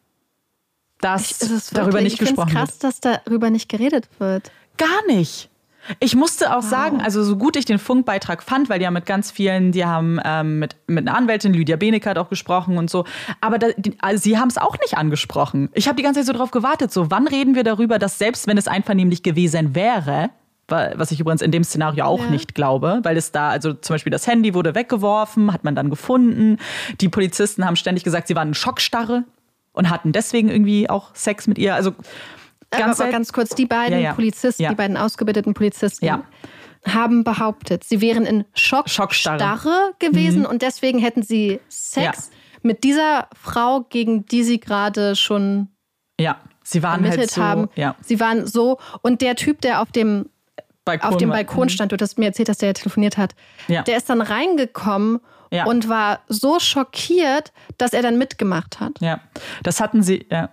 dass ich, wirklich, darüber nicht ich gesprochen krass, wird. Dass darüber nicht geredet wird. Gar nicht. Ich musste auch wow. sagen, also so gut ich den Funkbeitrag fand, weil die haben mit ganz vielen, die haben ähm, mit, mit einer Anwältin, Lydia Benecke, hat auch gesprochen und so, aber da, die, also sie haben es auch nicht angesprochen. Ich habe die ganze Zeit so drauf gewartet, so wann reden wir darüber, dass selbst wenn es einvernehmlich gewesen wäre, was ich übrigens in dem Szenario auch ja. nicht glaube, weil es da, also zum Beispiel das Handy wurde weggeworfen, hat man dann gefunden, die Polizisten haben ständig gesagt, sie waren in Schockstarre und hatten deswegen irgendwie auch Sex mit ihr. Also ganz, aber ganz kurz, die beiden ja, ja. Polizisten, ja. die beiden ausgebildeten Polizisten ja. haben behauptet, sie wären in Schock, Schockstarre Starre gewesen mhm. und deswegen hätten sie Sex ja. mit dieser Frau, gegen die sie gerade schon ja. sie waren ermittelt halt so, haben. Ja. Sie waren so, und der Typ, der auf dem Balkon, auf dem Balkon stand, du hast mir erzählt, dass der ja telefoniert hat, ja. der ist dann reingekommen ja. und war so schockiert, dass er dann mitgemacht hat. Ja, das hatten sie, ja.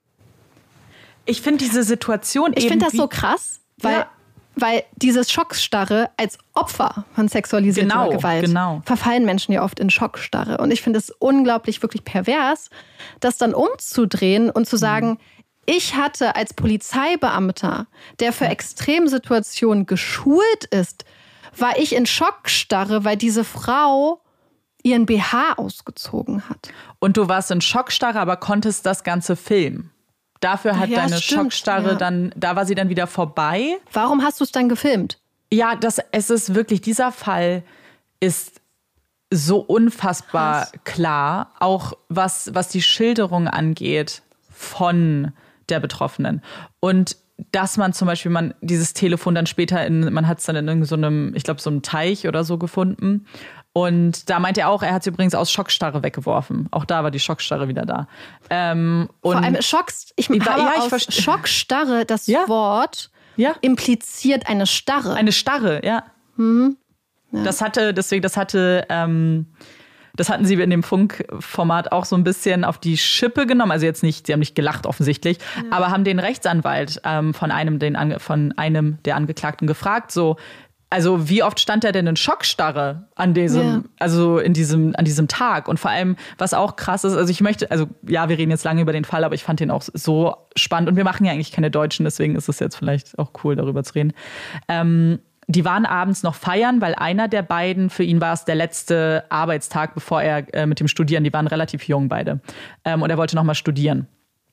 Ich finde diese Situation Ich finde das so krass, weil, ja. weil dieses Schockstarre als Opfer von sexualisierter genau, Gewalt genau. verfallen Menschen ja oft in Schockstarre. Und ich finde es unglaublich, wirklich pervers, das dann umzudrehen und zu sagen, mhm. ich hatte als Polizeibeamter, der für Extremsituationen geschult ist, war ich in Schockstarre, weil diese Frau ihren B H ausgezogen hat. Und du warst in Schockstarre, aber konntest das Ganze filmen. Dafür hat ja, deine stimmt, Schockstarre ja. dann, da war sie dann wieder vorbei. Warum hast du es dann gefilmt? Ja, das, es ist wirklich, dieser Fall ist so unfassbar Krass. klar, auch was, was die Schilderung angeht von der Betroffenen. Und dass man zum Beispiel, man dieses Telefon dann später in, man hat es dann in irgendeinem, ich glaube, so einem Teich oder so gefunden. Und da meint er auch, er hat es übrigens aus Schockstarre weggeworfen. Auch da war die Schockstarre wieder da. Ähm, und Vor allem Schocks, ich, ich habe ja, ich aus verste- Schockstarre, das ja. Wort ja. impliziert eine Starre. Eine Starre, ja. Mhm. ja. Das hatte, deswegen, das hatte, ähm, das hatten sie in dem Funkformat auch so ein bisschen auf die Schippe genommen. Also jetzt nicht, sie haben nicht gelacht offensichtlich, ja. aber haben den Rechtsanwalt ähm, von einem, den, von einem der Angeklagten gefragt, so, also wie oft stand er denn in Schockstarre an diesem, ja. also in diesem, an diesem Tag? Und vor allem, was auch krass ist, also ich möchte, also ja, wir reden jetzt lange über den Fall, aber ich fand den auch so spannend. Und wir machen ja eigentlich keine Deutschen, deswegen ist es jetzt vielleicht auch cool, darüber zu reden. Ähm, die waren abends noch feiern, weil einer der beiden, für ihn war es der letzte Arbeitstag, bevor er äh, mit dem Studieren, die waren relativ jung beide. Ähm, und er wollte noch mal studieren.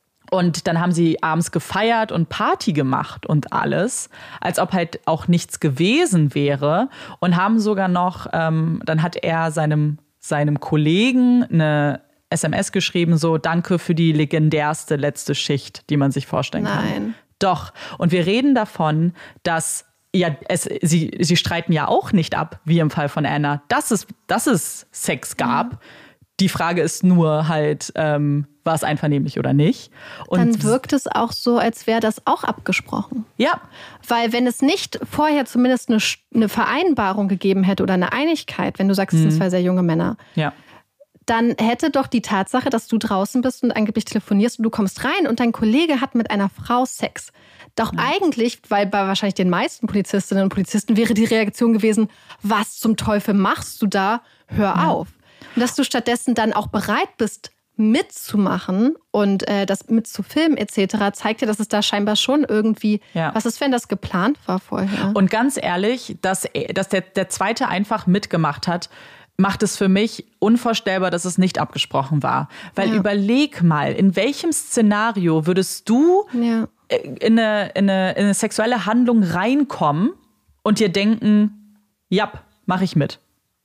Und dann haben sie abends gefeiert und Party gemacht und alles, als ob halt auch nichts gewesen wäre. Und haben sogar noch, ähm, dann hat er seinem, seinem Kollegen eine S M S geschrieben, so danke für die legendärste letzte Schicht, die man sich vorstellen kann. Nein. Doch. Und wir reden davon, dass, ja, es, sie, sie streiten ja auch nicht ab, wie im Fall von Anna, dass es, dass es Sex gab. Mhm. Die Frage ist nur halt, ähm, war es einvernehmlich oder nicht? Und dann wirkt es auch so, als wäre das auch abgesprochen. Ja. Weil wenn es nicht vorher zumindest eine, eine Vereinbarung gegeben hätte oder eine Einigkeit, wenn du sagst, es sind zwei sehr junge Männer, ja. dann hätte doch die Tatsache, dass du draußen bist und angeblich telefonierst und du kommst rein und dein Kollege hat mit einer Frau Sex. Doch ja. eigentlich, weil bei wahrscheinlich den meisten Polizistinnen und Polizisten wäre die Reaktion gewesen, was zum Teufel machst du da? Hör ja. auf. Und dass du stattdessen dann auch bereit bist, mitzumachen und äh, das mitzufilmen et cetera, zeigt ja, dass es da scheinbar schon irgendwie, ja. was ist, wenn das geplant war vorher? Und ganz ehrlich, dass, dass der, der Zweite einfach mitgemacht hat, macht es für mich unvorstellbar, dass es nicht abgesprochen war. Weil ja. überleg mal, in welchem Szenario würdest du ja. in, eine, in, eine, in eine sexuelle Handlung reinkommen und dir denken, ja, mach ich mit.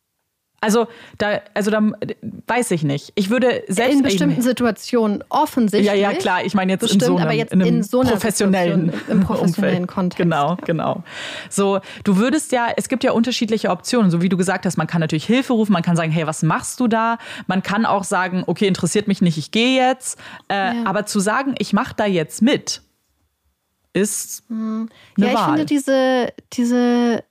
Also da, also da weiß ich nicht. Ich würde selbst in bestimmten Situationen offensichtlich. Ja, ja, klar. Ich meine jetzt bestimmt, in so einem, aber jetzt in einem in so einer professionellen, im professionellen Umfeld. Kontext. Genau, ja. genau. So, du würdest ja, es gibt ja unterschiedliche Optionen. So wie du gesagt hast, man kann natürlich Hilfe rufen, man kann sagen, hey, was machst du da? Man kann auch sagen, okay, interessiert mich nicht, ich gehe jetzt. Äh, ja. Aber zu sagen, ich mache da jetzt mit, ist hm. eine Ja, ich Wahl. finde diese diese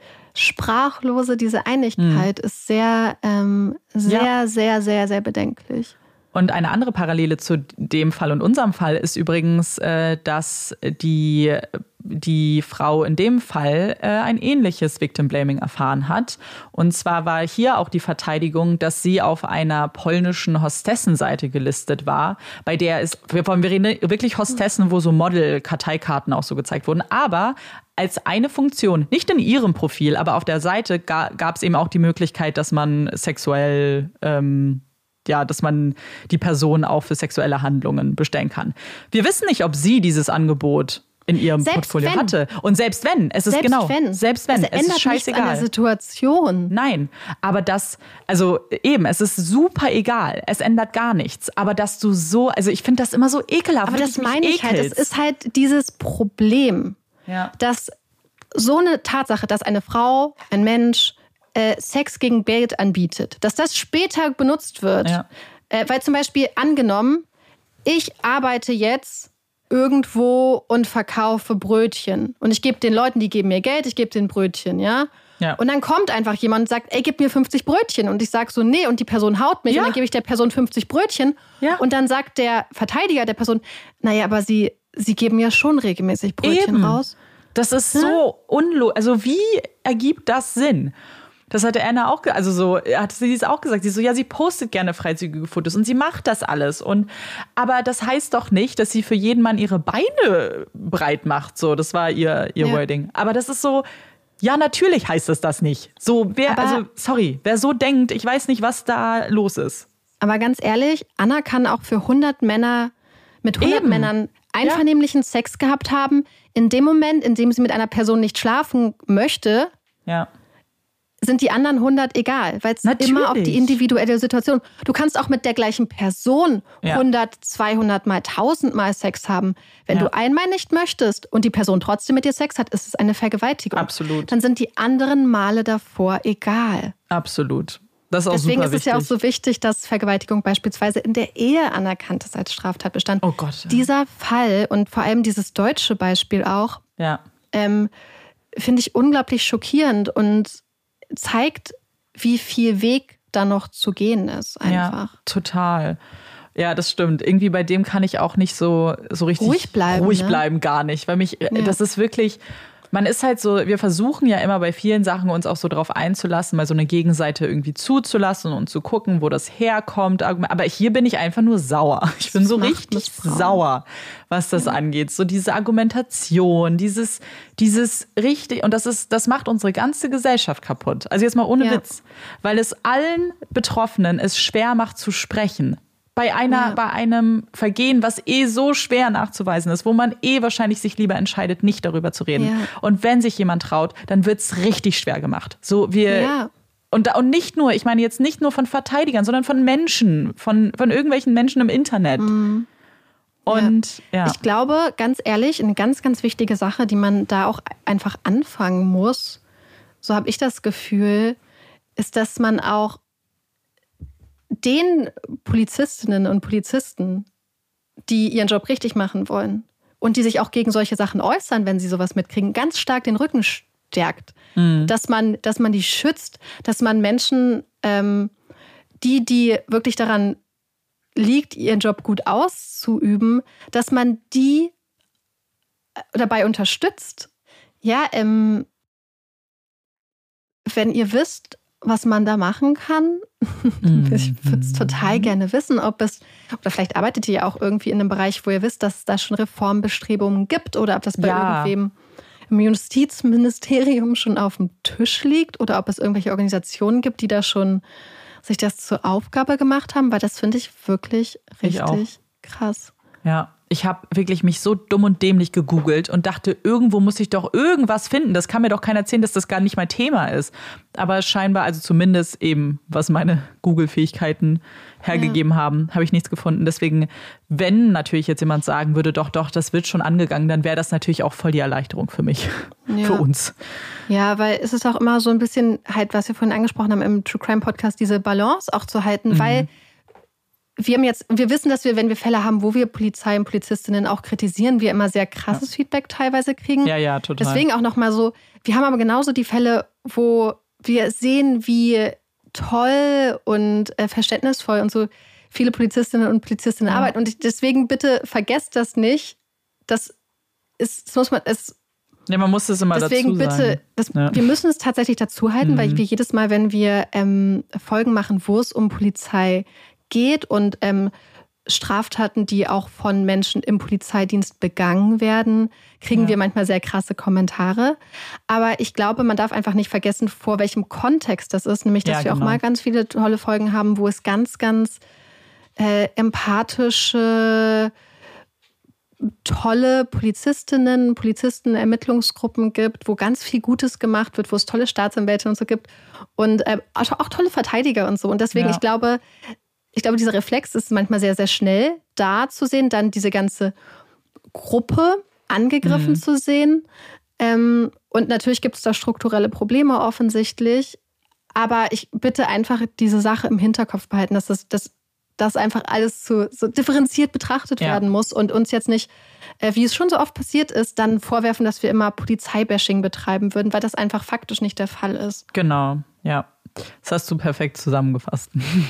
Sprachlose, diese Einigkeit hm. ist sehr, ähm, sehr, ja. sehr, sehr, sehr bedenklich. Und eine andere Parallele zu dem Fall und unserem Fall ist übrigens, äh, dass die, die Frau in dem Fall äh, ein ähnliches Victim Blaming erfahren hat. Und zwar war hier auch die Verteidigung, dass sie auf einer polnischen Hostessenseite gelistet war, bei der es, wir, wir reden wirklich Hostessen, wo so Model-Karteikarten auch so gezeigt wurden, aber als eine Funktion, nicht in ihrem Profil, aber auf der Seite ga, gab es eben auch die Möglichkeit, dass man sexuell, ähm, ja, dass man die Person auch für sexuelle Handlungen bestellen kann. Wir wissen nicht, ob sie dieses Angebot in ihrem selbst Portfolio wenn. hatte. Und selbst wenn, es ist selbst genau, wenn. selbst wenn, es, es ist scheißegal. An der Situation. Nein, aber das, also eben, es ist super egal. Es ändert gar nichts. Aber dass du so, also ich finde das immer so ekelhaft. Aber das meine ich halt, es ist halt dieses Problem, ja. dass so eine Tatsache, dass eine Frau, ein Mensch äh, Sex gegen Geld anbietet, dass das später benutzt wird. Ja. Äh, weil zum Beispiel angenommen, ich arbeite jetzt irgendwo und verkaufe Brötchen. Und ich gebe den Leuten, die geben mir Geld, ich gebe den Brötchen, ja? Ja. Und dann kommt einfach jemand und sagt, ey, gib mir fünfzig Brötchen. Und ich sage so, nee, und die Person haut mich. Ja. Und dann gebe ich der Person fünfzig Brötchen. Ja. Und dann sagt der Verteidiger der Person, naja, aber sie, sie geben ja schon regelmäßig Brötchen Eben. raus. Das ist so unlogisch. Also wie ergibt das Sinn? Das hatte Anna auch, also so, hat sie es auch gesagt. Sie so, ja, sie postet gerne freizügige Fotos und sie macht das alles. Und, aber das heißt doch nicht, dass sie für jeden Mann ihre Beine breit macht. So, das war ihr, ihr ja. Wording. Aber das ist so, ja, natürlich heißt es das nicht. So, wer, aber, also, sorry, wer so denkt, ich weiß nicht, was da los ist. Aber ganz ehrlich, Anna kann auch für hundert Männer, mit hundert Eben. Männern einvernehmlichen ja. Sex gehabt haben. In dem Moment, in dem sie mit einer Person nicht schlafen möchte, ja. sind die anderen hundert egal, weil es immer auf die individuelle Situation. Du kannst auch mit der gleichen Person ja. hundert, zweihundert mal, tausend mal Sex haben. Wenn ja. du einmal nicht möchtest und die Person trotzdem mit dir Sex hat, ist es eine Vergewaltigung. Absolut. Dann sind die anderen Male davor egal. Absolut. Das ist auch Deswegen super ist es ja auch so wichtig, dass Vergewaltigung beispielsweise in der Ehe anerkannt ist als Straftatbestand. Oh Gott. Ja. Dieser Fall und vor allem dieses deutsche Beispiel auch, ja. ähm, finde ich unglaublich schockierend und zeigt, wie viel Weg da noch zu gehen ist einfach. Ja, total. Ja, das stimmt. Irgendwie bei dem kann ich auch nicht so, so richtig ruhig bleiben. Ruhig ne? bleiben, gar nicht. Weil mich, ja. das ist wirklich, man ist halt so, wir versuchen ja immer bei vielen Sachen uns auch so drauf einzulassen, mal so eine Gegenseite irgendwie zuzulassen und zu gucken, wo das herkommt. Aber hier bin ich einfach nur sauer. Ich bin so richtig sauer, was das ja. angeht. So diese Argumentation, dieses, dieses richtig, und das ist, das macht unsere ganze Gesellschaft kaputt. Also jetzt mal ohne ja. Witz, weil es allen Betroffenen es schwer macht zu sprechen. Bei einer, ja. bei einem Vergehen, was eh so schwer nachzuweisen ist, wo man eh wahrscheinlich sich lieber entscheidet, nicht darüber zu reden. Ja. Und wenn sich jemand traut, dann wird's richtig schwer gemacht. So wir ja. und, und nicht nur, ich meine jetzt nicht nur von Verteidigern, sondern von Menschen, von, von irgendwelchen Menschen im Internet. Mhm. Und ja. ja. Ich glaube, ganz ehrlich, eine ganz, ganz wichtige Sache, die man da auch einfach anfangen muss, so habe ich das Gefühl, ist, dass man auch den Polizistinnen und Polizisten, die ihren Job richtig machen wollen und die sich auch gegen solche Sachen äußern, wenn sie sowas mitkriegen, ganz stark den Rücken stärkt. Mhm. Dass man, dass man die schützt, dass man Menschen, ähm, die, die wirklich daran liegt, ihren Job gut auszuüben, dass man die dabei unterstützt. Ja, ähm, wenn ihr wisst, was man da machen kann. Ich würde es total gerne wissen, ob es, oder vielleicht arbeitet ihr ja auch irgendwie in einem Bereich, wo ihr wisst, dass es da schon Reformbestrebungen gibt oder ob das bei ja. irgendwem im Justizministerium schon auf dem Tisch liegt oder ob es irgendwelche Organisationen gibt, die da schon sich das zur Aufgabe gemacht haben, weil das finde ich wirklich richtig krass. Ja. Ich habe wirklich mich so dumm und dämlich gegoogelt und dachte, irgendwo muss ich doch irgendwas finden. Das kann mir doch keiner erzählen, dass das gar nicht mein Thema ist. Aber scheinbar, also zumindest eben, was meine Google-Fähigkeiten hergegeben ja. haben, habe ich nichts gefunden. Deswegen, wenn natürlich jetzt jemand sagen würde, doch, doch, das wird schon angegangen, dann wäre das natürlich auch voll die Erleichterung für mich, ja. für uns. Ja, weil es ist auch immer so ein bisschen halt, was wir vorhin angesprochen haben im True Crime Podcast, diese Balance auch zu halten, mhm. weil Wir haben jetzt, wir wissen, dass wir, wenn wir Fälle haben, wo wir Polizei und Polizistinnen auch kritisieren, wir immer sehr krasses ja. Feedback teilweise kriegen. Ja, ja, total. Deswegen auch nochmal so, wir haben aber genauso die Fälle, wo wir sehen, wie toll und äh, verständnisvoll und so viele Polizistinnen und Polizistinnen ja. arbeiten. Und deswegen bitte vergesst das nicht. Das ist, das muss man, es Ja, man muss es immer deswegen dazu sagen. Deswegen bitte, das, ja. wir müssen es tatsächlich dazu halten, mhm. weil wir jedes Mal, wenn wir ähm, Folgen machen, wo es um Polizei geht und ähm, Straftaten, die auch von Menschen im Polizeidienst begangen werden, kriegen ja. wir manchmal sehr krasse Kommentare. Aber ich glaube, man darf einfach nicht vergessen, vor welchem Kontext das ist. Nämlich, dass ja, wir genau. auch mal ganz viele tolle Folgen haben, wo es ganz, ganz äh, empathische, tolle Polizistinnen, Polizisten, Ermittlungsgruppen gibt, wo ganz viel Gutes gemacht wird, wo es tolle Staatsanwälte und so gibt und äh, auch tolle Verteidiger und so. Und deswegen, ja. ich glaube, Ich glaube, dieser Reflex ist manchmal sehr, sehr schnell da zu sehen, dann diese ganze Gruppe angegriffen mhm. zu sehen. Ähm, und natürlich gibt es da strukturelle Probleme offensichtlich. Aber ich bitte einfach diese Sache im Hinterkopf behalten, dass das, dass das einfach alles so, so differenziert betrachtet ja. werden muss und uns jetzt nicht, äh, wie es schon so oft passiert ist, dann vorwerfen, dass wir immer Polizeibashing betreiben würden, weil das einfach faktisch nicht der Fall ist. Genau, ja. Das hast du perfekt zusammengefasst.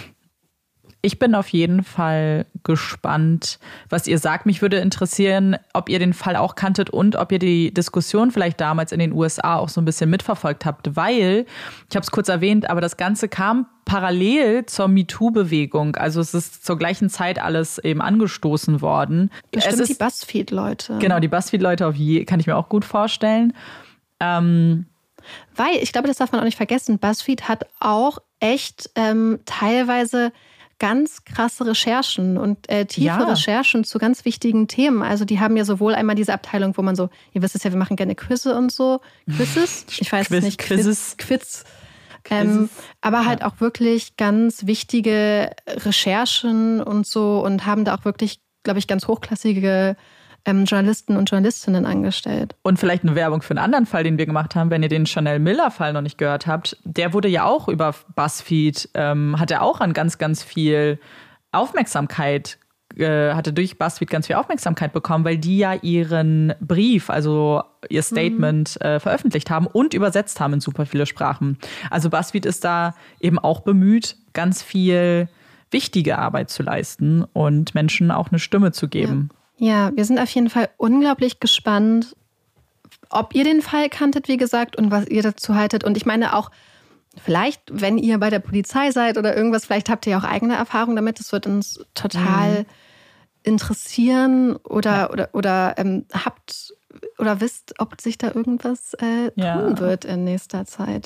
Ich bin auf jeden Fall gespannt, was ihr sagt. Mich würde interessieren, ob ihr den Fall auch kanntet und ob ihr die Diskussion vielleicht damals in den U S A auch so ein bisschen mitverfolgt habt, weil, ich habe es kurz erwähnt, aber das Ganze kam parallel zur MeToo-Bewegung. Also es ist zur gleichen Zeit alles eben angestoßen worden. Bestimmt es ist, die BuzzFeed-Leute. Genau, die BuzzFeed-Leute auf je, kann ich mir auch gut vorstellen. Ähm, weil, ich glaube, das darf man auch nicht vergessen, BuzzFeed hat auch echt ähm, teilweise ganz krasse Recherchen und äh, tiefe ja. Recherchen zu ganz wichtigen Themen. Also die haben ja sowohl einmal diese Abteilung, wo man so, ihr wisst es ja, wir machen gerne Quizze und so. Quizzes? Ich weiß Quiz, es nicht. Quizzes. Quiz. Ähm, aber halt ja. auch wirklich ganz wichtige Recherchen und so und haben da auch wirklich, glaube ich, ganz hochklassige ähm, Journalisten und Journalistinnen angestellt. Und vielleicht eine Werbung für einen anderen Fall, den wir gemacht haben, wenn ihr den Chanel Miller-Fall noch nicht gehört habt. Der wurde ja auch über BuzzFeed, ähm, hat er auch an ganz, ganz viel Aufmerksamkeit, äh, hatte durch BuzzFeed ganz viel Aufmerksamkeit bekommen, weil die ja ihren Brief, also ihr Statement mhm. äh, veröffentlicht haben und übersetzt haben in super viele Sprachen. Also BuzzFeed ist da eben auch bemüht, ganz viel wichtige Arbeit zu leisten und Menschen auch eine Stimme zu geben. Ja. Ja, wir sind auf jeden Fall unglaublich gespannt, ob ihr den Fall kanntet, wie gesagt, und was ihr dazu haltet. Und ich meine auch, vielleicht, wenn ihr bei der Polizei seid oder irgendwas, vielleicht habt ihr auch eigene Erfahrungen damit. Das wird uns total mhm. interessieren. Oder, ja. oder, oder ähm, habt oder wisst, ob sich da irgendwas äh, tun ja. wird in nächster Zeit.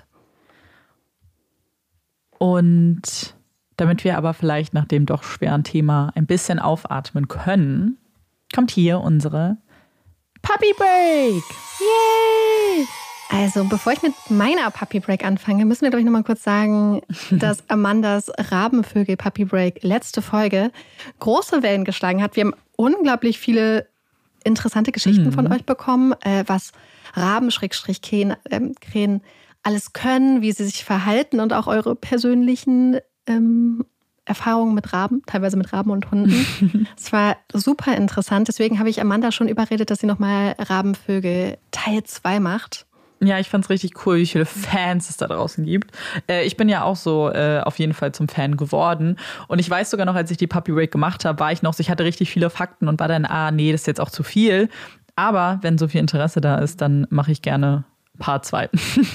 Und damit wir aber vielleicht nach dem doch schweren Thema ein bisschen aufatmen können, kommt hier unsere Puppy Break. Yay! Also, bevor ich mit meiner Puppy Break anfange, müssen wir, glaube ich, noch mal kurz sagen, dass Amandas Rabenvögel Puppy Break letzte Folge große Wellen geschlagen hat. Wir haben unglaublich viele interessante Geschichten mhm. von euch bekommen, äh, was Raben-Krähen ähm, Krähen alles können, wie sie sich verhalten und auch eure persönlichen ähm, Erfahrungen mit Raben, teilweise mit Raben und Hunden. Es war super interessant. Deswegen habe ich Amanda schon überredet, dass sie nochmal Rabenvögel Teil zwei macht. Ja, ich fand's richtig cool, wie viele Fans es da draußen gibt. Äh, ich bin ja auch so äh, auf jeden Fall zum Fan geworden. Und ich weiß sogar noch, als ich die Puppy Break gemacht habe, war ich noch so, ich hatte richtig viele Fakten und war dann, ah, nee, das ist jetzt auch zu viel. Aber wenn so viel Interesse da ist, dann mache ich gerne Part zwei.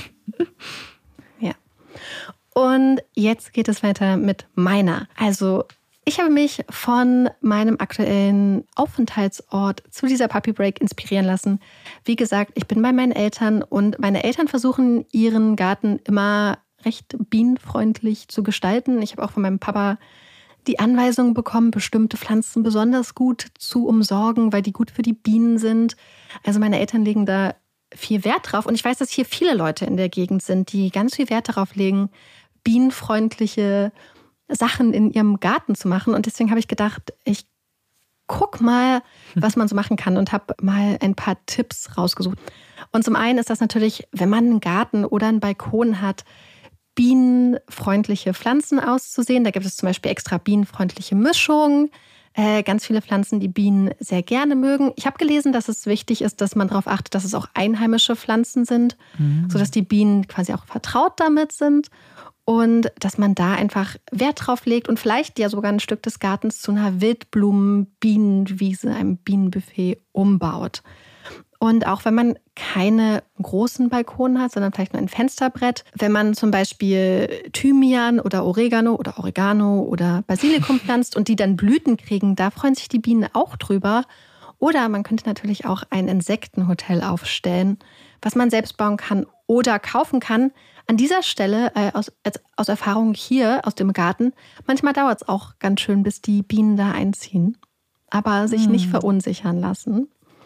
Ja. Und jetzt geht es weiter mit meiner. Also ich habe mich von meinem aktuellen Aufenthaltsort zu dieser Puppy Break inspirieren lassen. Wie gesagt, ich bin bei meinen Eltern und meine Eltern versuchen, ihren Garten immer recht bienenfreundlich zu gestalten. Ich habe auch von meinem Papa die Anweisung bekommen, bestimmte Pflanzen besonders gut zu umsorgen, weil die gut für die Bienen sind. Also meine Eltern legen da viel Wert drauf. Und ich weiß, dass hier viele Leute in der Gegend sind, die ganz viel Wert darauf legen, bienenfreundliche Sachen in ihrem Garten zu machen. Und deswegen habe ich gedacht, ich guck mal, was man so machen kann und habe mal ein paar Tipps rausgesucht. Und zum einen ist das natürlich, wenn man einen Garten oder einen Balkon hat, bienenfreundliche Pflanzen auszusehen. Da gibt es zum Beispiel extra bienenfreundliche Mischungen. Äh, ganz viele Pflanzen, die Bienen sehr gerne mögen. Ich habe gelesen, dass es wichtig ist, dass man darauf achtet, dass es auch einheimische Pflanzen sind, mhm. sodass die Bienen quasi auch vertraut damit sind. Und dass man da einfach Wert drauf legt und vielleicht ja sogar ein Stück des Gartens zu einer Wildblumen-Bienenwiese, einem Bienenbuffet umbaut. Und auch wenn man keine großen Balkone hat, sondern vielleicht nur ein Fensterbrett, wenn man zum Beispiel Thymian oder Oregano oder Oregano oder Basilikum pflanzt und die dann Blüten kriegen, da freuen sich die Bienen auch drüber. Oder man könnte natürlich auch ein Insektenhotel aufstellen, was man selbst bauen kann oder kaufen kann. An dieser Stelle, äh, aus, aus Erfahrung hier aus dem Garten, manchmal dauert es auch ganz schön, bis die Bienen da einziehen. Aber sich hm. nicht verunsichern lassen.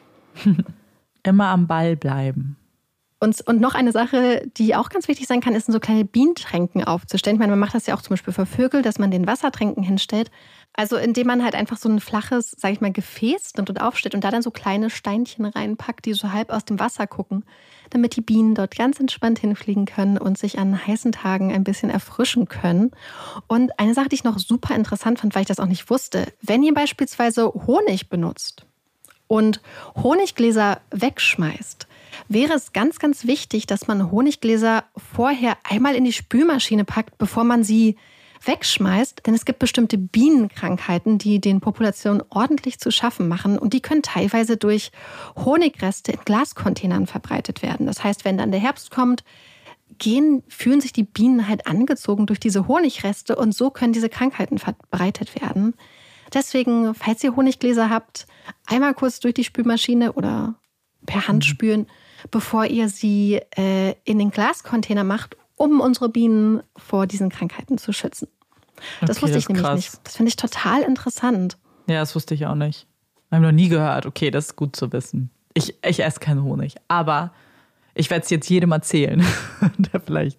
Immer am Ball bleiben. Und, und noch eine Sache, die auch ganz wichtig sein kann, ist, so kleine Bienentränken aufzustellen. Ich meine, man macht das ja auch zum Beispiel für Vögel, dass man den Wassertränken hinstellt. Also indem man halt einfach so ein flaches, sag ich mal, Gefäß nimmt und aufstellt und da dann so kleine Steinchen reinpackt, die so halb aus dem Wasser gucken, damit die Bienen dort ganz entspannt hinfliegen können und sich an heißen Tagen ein bisschen erfrischen können. Und eine Sache, die ich noch super interessant fand, weil ich das auch nicht wusste, wenn ihr beispielsweise Honig benutzt und Honiggläser wegschmeißt, wäre es ganz, ganz wichtig, dass man Honiggläser vorher einmal in die Spülmaschine packt, bevor man sie wegschmeißt. Denn es gibt bestimmte Bienenkrankheiten, die den Populationen ordentlich zu schaffen machen. Und die können teilweise durch Honigreste in Glascontainern verbreitet werden. Das heißt, wenn dann der Herbst kommt, gehen, fühlen sich die Bienen halt angezogen durch diese Honigreste. Und so können diese Krankheiten verbreitet werden. Deswegen, falls ihr Honiggläser habt, einmal kurz durch die Spülmaschine oder per Hand spülen, bevor ihr sie äh, in den Glascontainer macht, um unsere Bienen vor diesen Krankheiten zu schützen. Das okay, wusste ich das nämlich krass. nicht. Das finde ich total interessant. Ja, das wusste ich auch nicht. Wir haben noch nie gehört. Okay, das ist gut zu wissen. Ich, ich esse keinen Honig, aber ich werde es jetzt jedem erzählen, der vielleicht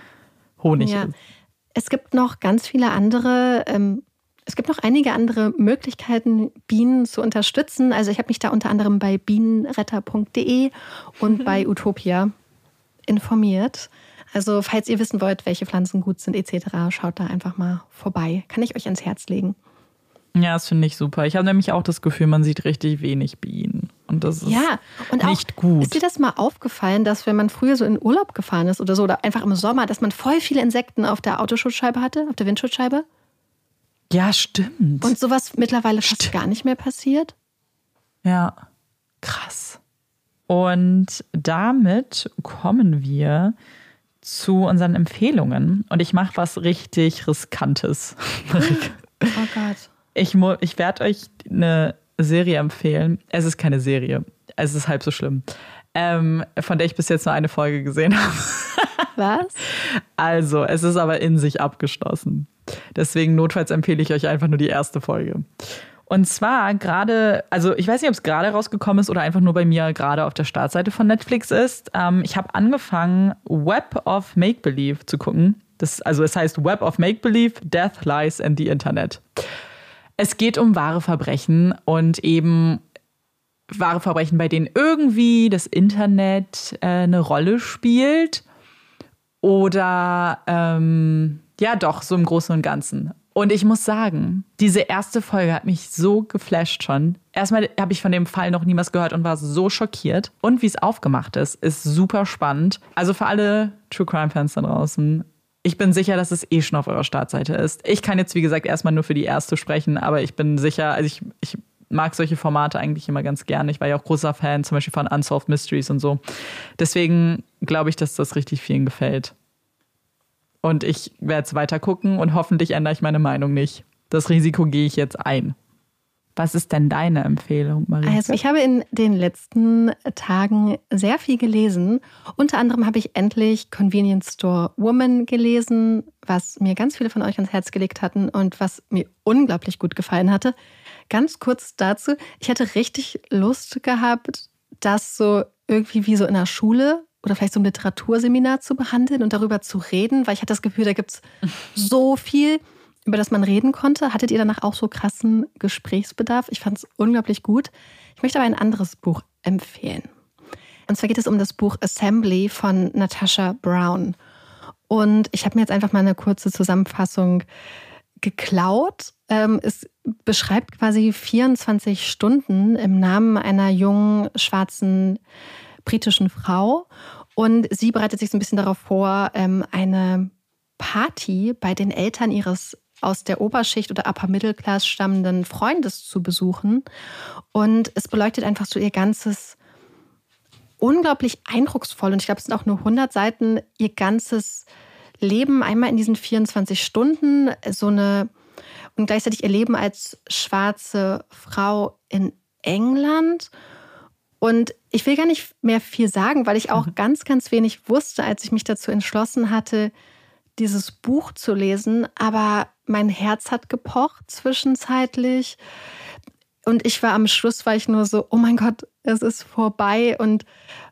Honig ja. isst. Es gibt noch ganz viele andere ähm, Es gibt noch einige andere Möglichkeiten, Bienen zu unterstützen. Also ich habe mich da unter anderem bei bienenretter punkt de und bei Utopia informiert. Also falls ihr wissen wollt, welche Pflanzen gut sind et cetera, schaut da einfach mal vorbei. Kann ich euch ans Herz legen. Ja, das finde ich super. Ich habe nämlich auch das Gefühl, man sieht richtig wenig Bienen. Und das ist ja, und nicht auch, gut. Ist dir das mal aufgefallen, dass wenn man früher so in Urlaub gefahren ist oder so, oder einfach im Sommer, dass man voll viele Insekten auf der Autoschutzscheibe hatte, auf der Windschutzscheibe? Ja, stimmt. Und sowas mittlerweile fast Stimmt. gar nicht mehr passiert? Ja, krass. Und damit kommen wir zu unseren Empfehlungen. Und ich mache was richtig Riskantes. Oh Gott. Ich, mu- ich werde euch eine Serie empfehlen. Es ist keine Serie. Es ist halb so schlimm. Ähm, von der ich bis jetzt nur eine Folge gesehen habe. Was? Also, es ist aber in sich abgeschlossen. Deswegen notfalls empfehle ich euch einfach nur die erste Folge. Und zwar gerade, also ich weiß nicht, ob es gerade rausgekommen ist oder einfach nur bei mir gerade auf der Startseite von Netflix ist. Ähm, ich habe angefangen, Web of Make-Believe zu gucken. Das, also es heißt Web of Make-Believe, Death, Lies and the Internet. Es geht um wahre Verbrechen und eben wahre Verbrechen, bei denen irgendwie das Internet äh, eine Rolle spielt. Oder ähm, ja doch, so im Großen und Ganzen. Und ich muss sagen, diese erste Folge hat mich so geflasht schon. Erstmal habe ich von dem Fall noch nie was gehört und war so schockiert. Und wie es aufgemacht ist, ist super spannend. Also für alle True Crime-Fans da draußen, ich bin sicher, dass es eh schon auf eurer Startseite ist. Ich kann jetzt, wie gesagt, erstmal nur für die erste sprechen, aber ich bin sicher, also ich, ich mag solche Formate eigentlich immer ganz gerne. Ich war ja auch großer Fan, zum Beispiel von Unsolved Mysteries und so. Deswegen glaube ich, dass das richtig vielen gefällt. Und ich werde es weiter gucken und hoffentlich ändere ich meine Meinung nicht. Das Risiko gehe ich jetzt ein. Was ist denn deine Empfehlung, Marie? Also ich habe in den letzten Tagen sehr viel gelesen. Unter anderem habe ich endlich Convenience Store Woman gelesen, was mir ganz viele von euch ans Herz gelegt hatten und was mir unglaublich gut gefallen hatte. Ganz kurz dazu, ich hatte richtig Lust gehabt, das so irgendwie wie so in der Schule oder vielleicht so ein Literaturseminar zu behandeln und darüber zu reden, weil ich hatte das Gefühl, da gibt es so viel, über das man reden konnte. Hattet ihr danach auch so krassen Gesprächsbedarf? Ich fand es unglaublich gut. Ich möchte aber ein anderes Buch empfehlen. Und zwar geht es um das Buch Assembly von Natasha Brown. Und ich habe mir jetzt einfach mal eine kurze Zusammenfassung geklaut. Ähm, es beschreibt quasi vierundzwanzig Stunden im Namen einer jungen, schwarzen, britischen Frau. Und sie bereitet sich so ein bisschen darauf vor, ähm, eine Party bei den Eltern ihres aus der Oberschicht oder Upper Middle Class stammenden Freundes zu besuchen. Und es beleuchtet einfach so ihr ganzes, unglaublich eindrucksvoll, und ich glaube, es sind auch nur hundert Seiten, ihr ganzes Leben einmal in diesen vierundzwanzig Stunden, so eine, und gleichzeitig ihr Leben als schwarze Frau in England. Und ich will gar nicht mehr viel sagen, weil ich auch mhm. ganz, ganz wenig wusste, als ich mich dazu entschlossen hatte, dieses Buch zu lesen. Aber mein Herz hat gepocht zwischenzeitlich. Und ich war am Schluss, war ich nur so, oh mein Gott, es ist vorbei. Und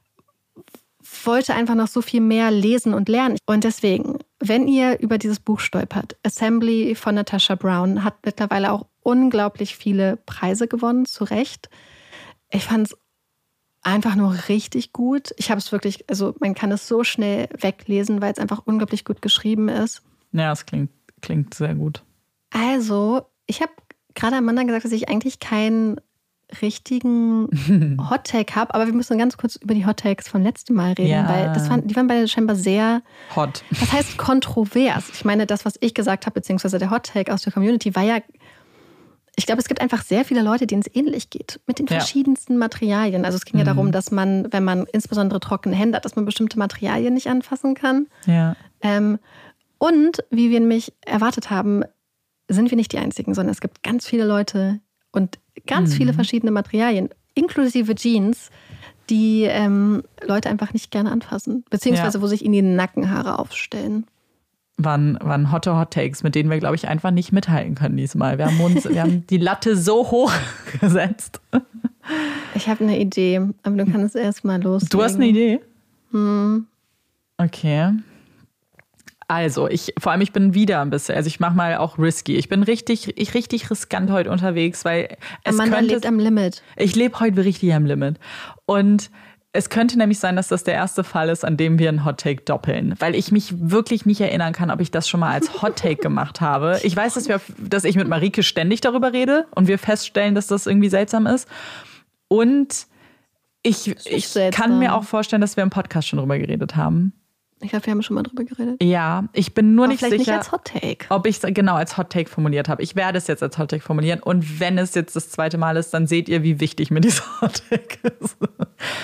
wollte einfach noch so viel mehr lesen und lernen. Und deswegen, wenn ihr über dieses Buch stolpert, Assembly von Natasha Brown hat mittlerweile auch unglaublich viele Preise gewonnen, zu Recht. Ich fand es einfach nur richtig gut. Ich habe es wirklich, also man kann es so schnell weglesen, weil es einfach unglaublich gut geschrieben ist. Ja, es klingt, klingt sehr gut. Also, ich habe gerade Amanda gesagt, dass ich eigentlich keinen richtigen Hot-Take habe, aber wir müssen ganz kurz über die Hot-Takes von letztem Mal reden, ja. weil das waren, die waren beide scheinbar sehr hot. Das heißt kontrovers. Ich meine, das, was ich gesagt habe, beziehungsweise der Hot-Take aus der Community war ja, ich glaube, es gibt einfach sehr viele Leute, denen es ähnlich geht, mit den verschiedensten ja. Materialien. Also es ging mhm. ja darum, dass man, wenn man insbesondere trockene Hände hat, dass man bestimmte Materialien nicht anfassen kann. Ja. Ähm, und wie wir nämlich erwartet haben, sind wir nicht die Einzigen, sondern es gibt ganz viele Leute und ganz mhm. viele verschiedene Materialien, inklusive Jeans, die ähm, Leute einfach nicht gerne anfassen, beziehungsweise ja. wo sich ihnen die Nackenhaare aufstellen. Waren, waren hotte Hot Takes, mit denen wir, glaube ich, einfach nicht mithalten können diesmal. Wir haben, uns, wir haben die Latte so hoch gesetzt. Ich habe eine Idee, aber du kannst erst mal loslegen. Du hast eine Idee? Hm. Okay. Also, ich, vor allem, ich bin wieder ein bisschen, also ich mache mal auch risky. Ich bin richtig, ich richtig riskant heute unterwegs, weil es Amanda könnte, lebt am Limit. Ich lebe heute richtig am Limit. Und es könnte nämlich sein, dass das der erste Fall ist, an dem wir einen Hot-Take doppeln. Weil ich mich wirklich nicht erinnern kann, ob ich das schon mal als Hot-Take gemacht habe. Ich weiß, dass, wir, dass ich mit Marike ständig darüber rede und wir feststellen, dass das irgendwie seltsam ist. Und ich, ich kann mir auch vorstellen, dass wir im Podcast schon drüber geredet haben. Ich glaube, wir haben schon mal drüber geredet. Ja, ich bin nur Aber nicht vielleicht sicher, nicht als Hot-Take. ob ich es genau als Hot-Take formuliert habe. Ich werde es jetzt als Hot-Take formulieren. Und wenn es jetzt das zweite Mal ist, dann seht ihr, wie wichtig mir dieser Hot-Take ist.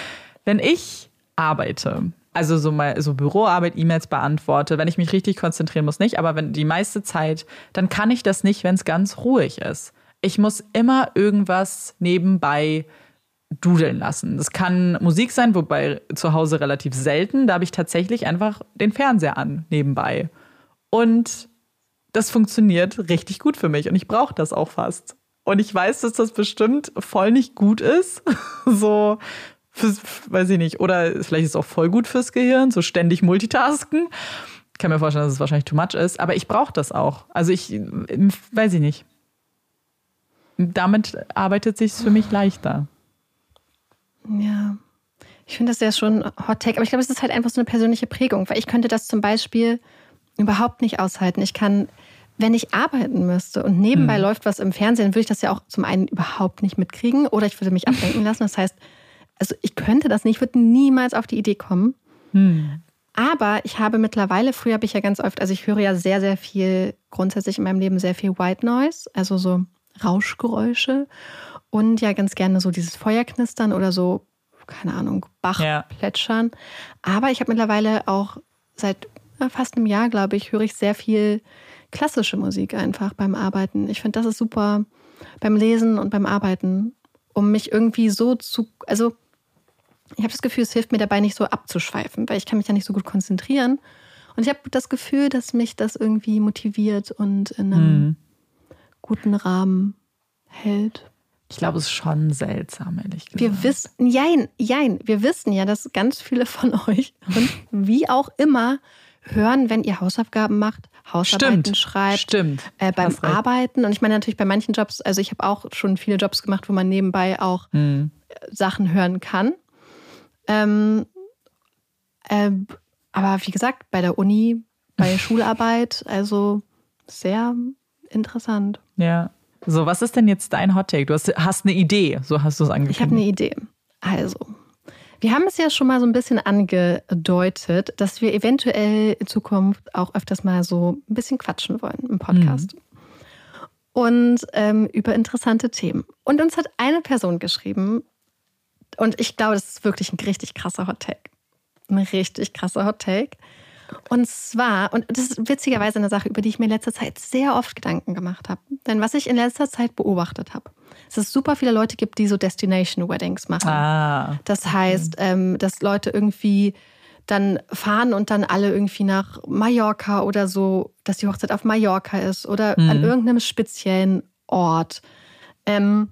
wenn ich arbeite, also so mal so Büroarbeit, E-Mails beantworte, wenn ich mich richtig konzentrieren muss, nicht, aber wenn die meiste Zeit, dann kann ich das nicht, wenn es ganz ruhig ist. Ich muss immer irgendwas nebenbei dudeln lassen. Das kann Musik sein, wobei zu Hause relativ selten. Da habe ich tatsächlich einfach den Fernseher an nebenbei. Und das funktioniert richtig gut für mich und ich brauche das auch fast. Und ich weiß, dass das bestimmt voll nicht gut ist. So, fürs, weiß ich nicht. Oder vielleicht ist es auch voll gut fürs Gehirn, so ständig multitasken. Ich kann mir vorstellen, dass es wahrscheinlich too much ist. Aber ich brauche das auch. Also ich, weiß ich nicht. Damit arbeitet es sich für mich leichter. Ja, ich finde das ja schon Hot Take. Aber ich glaube, es ist halt einfach so eine persönliche Prägung. Weil ich könnte das zum Beispiel überhaupt nicht aushalten. Ich kann, wenn ich arbeiten müsste und nebenbei hm. läuft was im Fernsehen, würde ich das ja auch zum einen überhaupt nicht mitkriegen oder ich würde mich ablenken lassen. Das heißt, also ich könnte das nicht, ich würde niemals auf die Idee kommen. Hm. Aber ich habe mittlerweile, früher habe ich ja ganz oft, also ich höre ja sehr, sehr viel, grundsätzlich in meinem Leben sehr viel White Noise, also so Rauschgeräusche und ja ganz gerne so dieses Feuerknistern oder so, keine Ahnung, Bachplätschern. Ja. Aber ich habe mittlerweile auch seit fast einem Jahr, glaube ich, höre ich sehr viel klassische Musik einfach beim Arbeiten. Ich finde, das ist super beim Lesen und beim Arbeiten, um mich irgendwie so zu, also ich habe das Gefühl, es hilft mir dabei nicht so abzuschweifen, weil ich kann mich ja nicht so gut konzentrieren. Und ich habe das Gefühl, dass mich das irgendwie motiviert und in einem mhm. guten Rahmen hält. Ich glaube, es ist schon seltsam, ehrlich gesagt. Wir wissen, jein, jein, wir wissen ja, dass ganz viele von euch und wie auch immer hören, wenn ihr Hausaufgaben macht, Hausarbeiten Stimmt. schreibt, Stimmt. Äh, beim Arbeiten. Und ich meine natürlich bei manchen Jobs, also ich habe auch schon viele Jobs gemacht, wo man nebenbei auch hm. Sachen hören kann. Ähm, äh, aber wie gesagt, bei der Uni, bei der Schularbeit, also sehr interessant. Ja. So, was ist denn jetzt dein Hottake? Du hast, hast eine Idee, so hast du es angekündigt. Ich habe eine Idee. Also, wir haben es ja schon mal so ein bisschen angedeutet, dass wir eventuell in Zukunft auch öfters mal so ein bisschen quatschen wollen im Podcast. Mhm. Und ähm, über interessante Themen. Und uns hat eine Person geschrieben, und ich glaube, das ist wirklich ein richtig krasser Hot-Take. Ein richtig krasser Hot-Take. Und zwar, und das ist witzigerweise eine Sache, über die ich mir in letzter Zeit sehr oft Gedanken gemacht habe. Denn was ich in letzter Zeit beobachtet habe, dass es super viele Leute gibt, die so Destination-Weddings machen. Ah, das heißt, okay. ähm, dass Leute irgendwie dann fahren und dann alle irgendwie nach Mallorca oder so, dass die Hochzeit auf Mallorca ist oder mhm. an irgendeinem speziellen Ort. Ähm,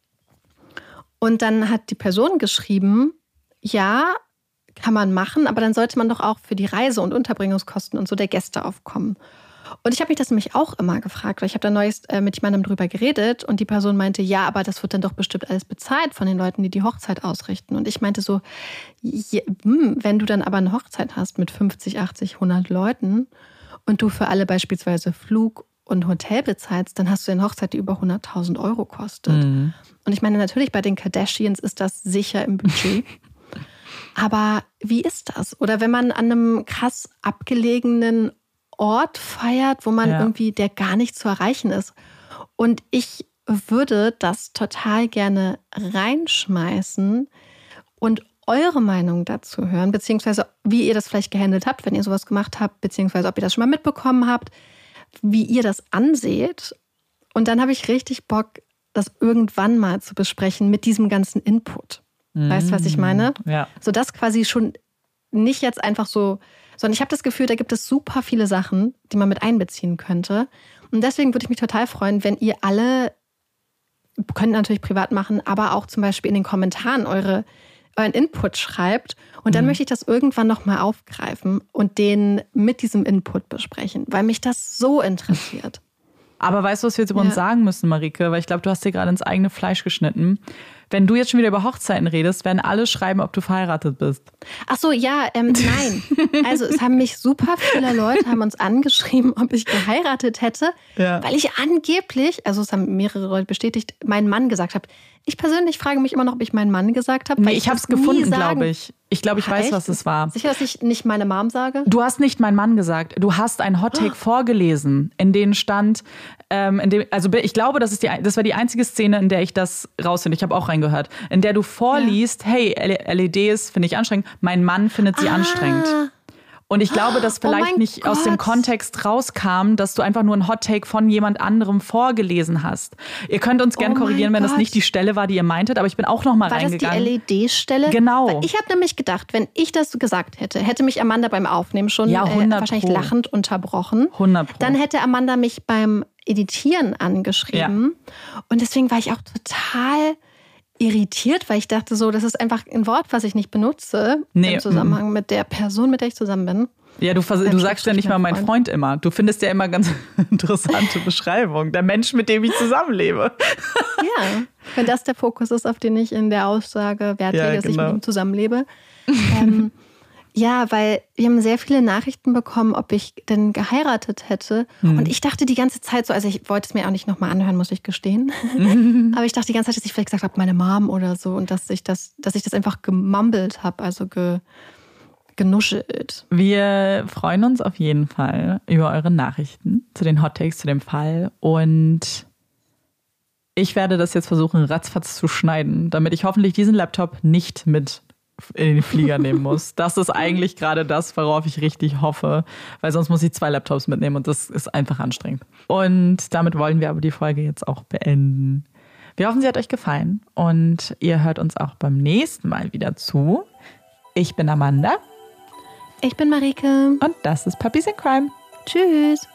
und dann hat die Person geschrieben, ja, kann man machen, aber dann sollte man doch auch für die Reise- und Unterbringungskosten und so der Gäste aufkommen. Und ich habe mich das nämlich auch immer gefragt, weil ich habe da neulich äh, mit jemandem drüber geredet und die Person meinte, ja, aber das wird dann doch bestimmt alles bezahlt von den Leuten, die die Hochzeit ausrichten. Und ich meinte so, je, hm, wenn du dann aber eine Hochzeit hast mit fünfzig, achtzig, hundert Leuten und du für alle beispielsweise Flug und Hotel bezahlst, dann hast du eine Hochzeit, die über hunderttausend Euro kostet. Mhm. Und ich meine, natürlich bei den Kardashians ist das sicher im Budget. Aber wie ist das? Oder wenn man an einem krass abgelegenen Ort feiert, wo man ja. irgendwie, der gar nicht zu erreichen ist. Und ich würde das total gerne reinschmeißen und eure Meinung dazu hören, beziehungsweise wie ihr das vielleicht gehandelt habt, wenn ihr sowas gemacht habt, beziehungsweise ob ihr das schon mal mitbekommen habt, wie ihr das anseht. Und dann habe ich richtig Bock, das irgendwann mal zu besprechen mit diesem ganzen Input. Weißt du, was ich meine? Ja. So das quasi schon nicht jetzt einfach so, sondern ich habe das Gefühl, da gibt es super viele Sachen, die man mit einbeziehen könnte. Und deswegen würde ich mich total freuen, wenn ihr alle, könnt natürlich privat machen, aber auch zum Beispiel in den Kommentaren eure, euren Input schreibt. Und dann mhm. möchte ich das irgendwann nochmal aufgreifen und den mit diesem Input besprechen, weil mich das so interessiert. Aber weißt du, was wir jetzt über ja. uns sagen müssen, Marike? Weil ich glaube, du hast dir gerade ins eigene Fleisch geschnitten. Wenn du jetzt schon wieder über Hochzeiten redest, werden alle schreiben, ob du verheiratet bist. Ach so, ja, ähm, nein. Also es haben mich super viele Leute haben uns angeschrieben, ob ich geheiratet hätte, ja. weil ich angeblich, also es haben mehrere Leute bestätigt, meinen Mann gesagt habe, Ich persönlich frage mich immer noch, ob ich meinen Mann gesagt habe. Nee, ich habe es gefunden, glaube ich. Ich glaube, ich weiß, Echt? was es war. Sicher, dass ich nicht meine Mom sage? Du hast nicht mein Mann gesagt. Du hast ein Hottake oh. vorgelesen, in dem stand, ähm, in dem, also ich glaube, das ist die, das war die einzige Szene, in der ich das rausfinde. Ich habe auch reingehört. In der du vorliest, ja. hey, L E Ds finde ich anstrengend. Mein Mann findet sie ah. anstrengend. Und ich glaube, dass vielleicht oh nicht Gott. aus dem Kontext rauskam, dass du einfach nur ein Hottake von jemand anderem vorgelesen hast. Ihr könnt uns gerne oh korrigieren, wenn Gott. das nicht die Stelle war, die ihr meintet, aber ich bin auch noch mal war reingegangen. War das die L E D-Stelle? Genau. Weil ich habe nämlich gedacht, wenn ich das gesagt hätte, hätte mich Amanda beim Aufnehmen schon ja, äh, wahrscheinlich Pro. lachend unterbrochen. hundert Pro. Dann hätte Amanda mich beim Editieren angeschrieben. Ja. Und deswegen war ich auch total irritiert, weil ich dachte so, das ist einfach ein Wort, was ich nicht benutze nee. im Zusammenhang mit der Person, mit der ich zusammen bin. Ja, du, du sagst ja nicht mal mein Freund. Freund immer. Du findest ja immer ganz interessante Beschreibung. Der Mensch, mit dem ich zusammenlebe. Ja, wenn das der Fokus ist, auf den ich in der Aussage Wert lege, ja, dass genau. ich mit ihm zusammenlebe. ähm, ja, weil wir haben sehr viele Nachrichten bekommen, ob ich denn geheiratet hätte. Hm. Und ich dachte die ganze Zeit so, also ich wollte es mir auch nicht nochmal anhören, muss ich gestehen. Aber ich dachte die ganze Zeit, dass ich vielleicht gesagt habe, meine Mom oder so. Und dass ich das, dass ich das einfach gemumbelt habe, also ge, genuschelt. Wir freuen uns auf jeden Fall über eure Nachrichten zu den Hottakes, zu dem Fall. Und ich werde das jetzt versuchen, ratzfatz zu schneiden, damit ich hoffentlich diesen Laptop nicht mit in den Flieger nehmen muss. Das ist eigentlich gerade das, worauf ich richtig hoffe, weil sonst muss ich zwei Laptops mitnehmen und das ist einfach anstrengend. Und damit wollen wir aber die Folge jetzt auch beenden. Wir hoffen, sie hat euch gefallen und ihr hört uns auch beim nächsten Mal wieder zu. Ich bin Amanda. Ich bin Marike. Und das ist Puppies in Crime. Tschüss.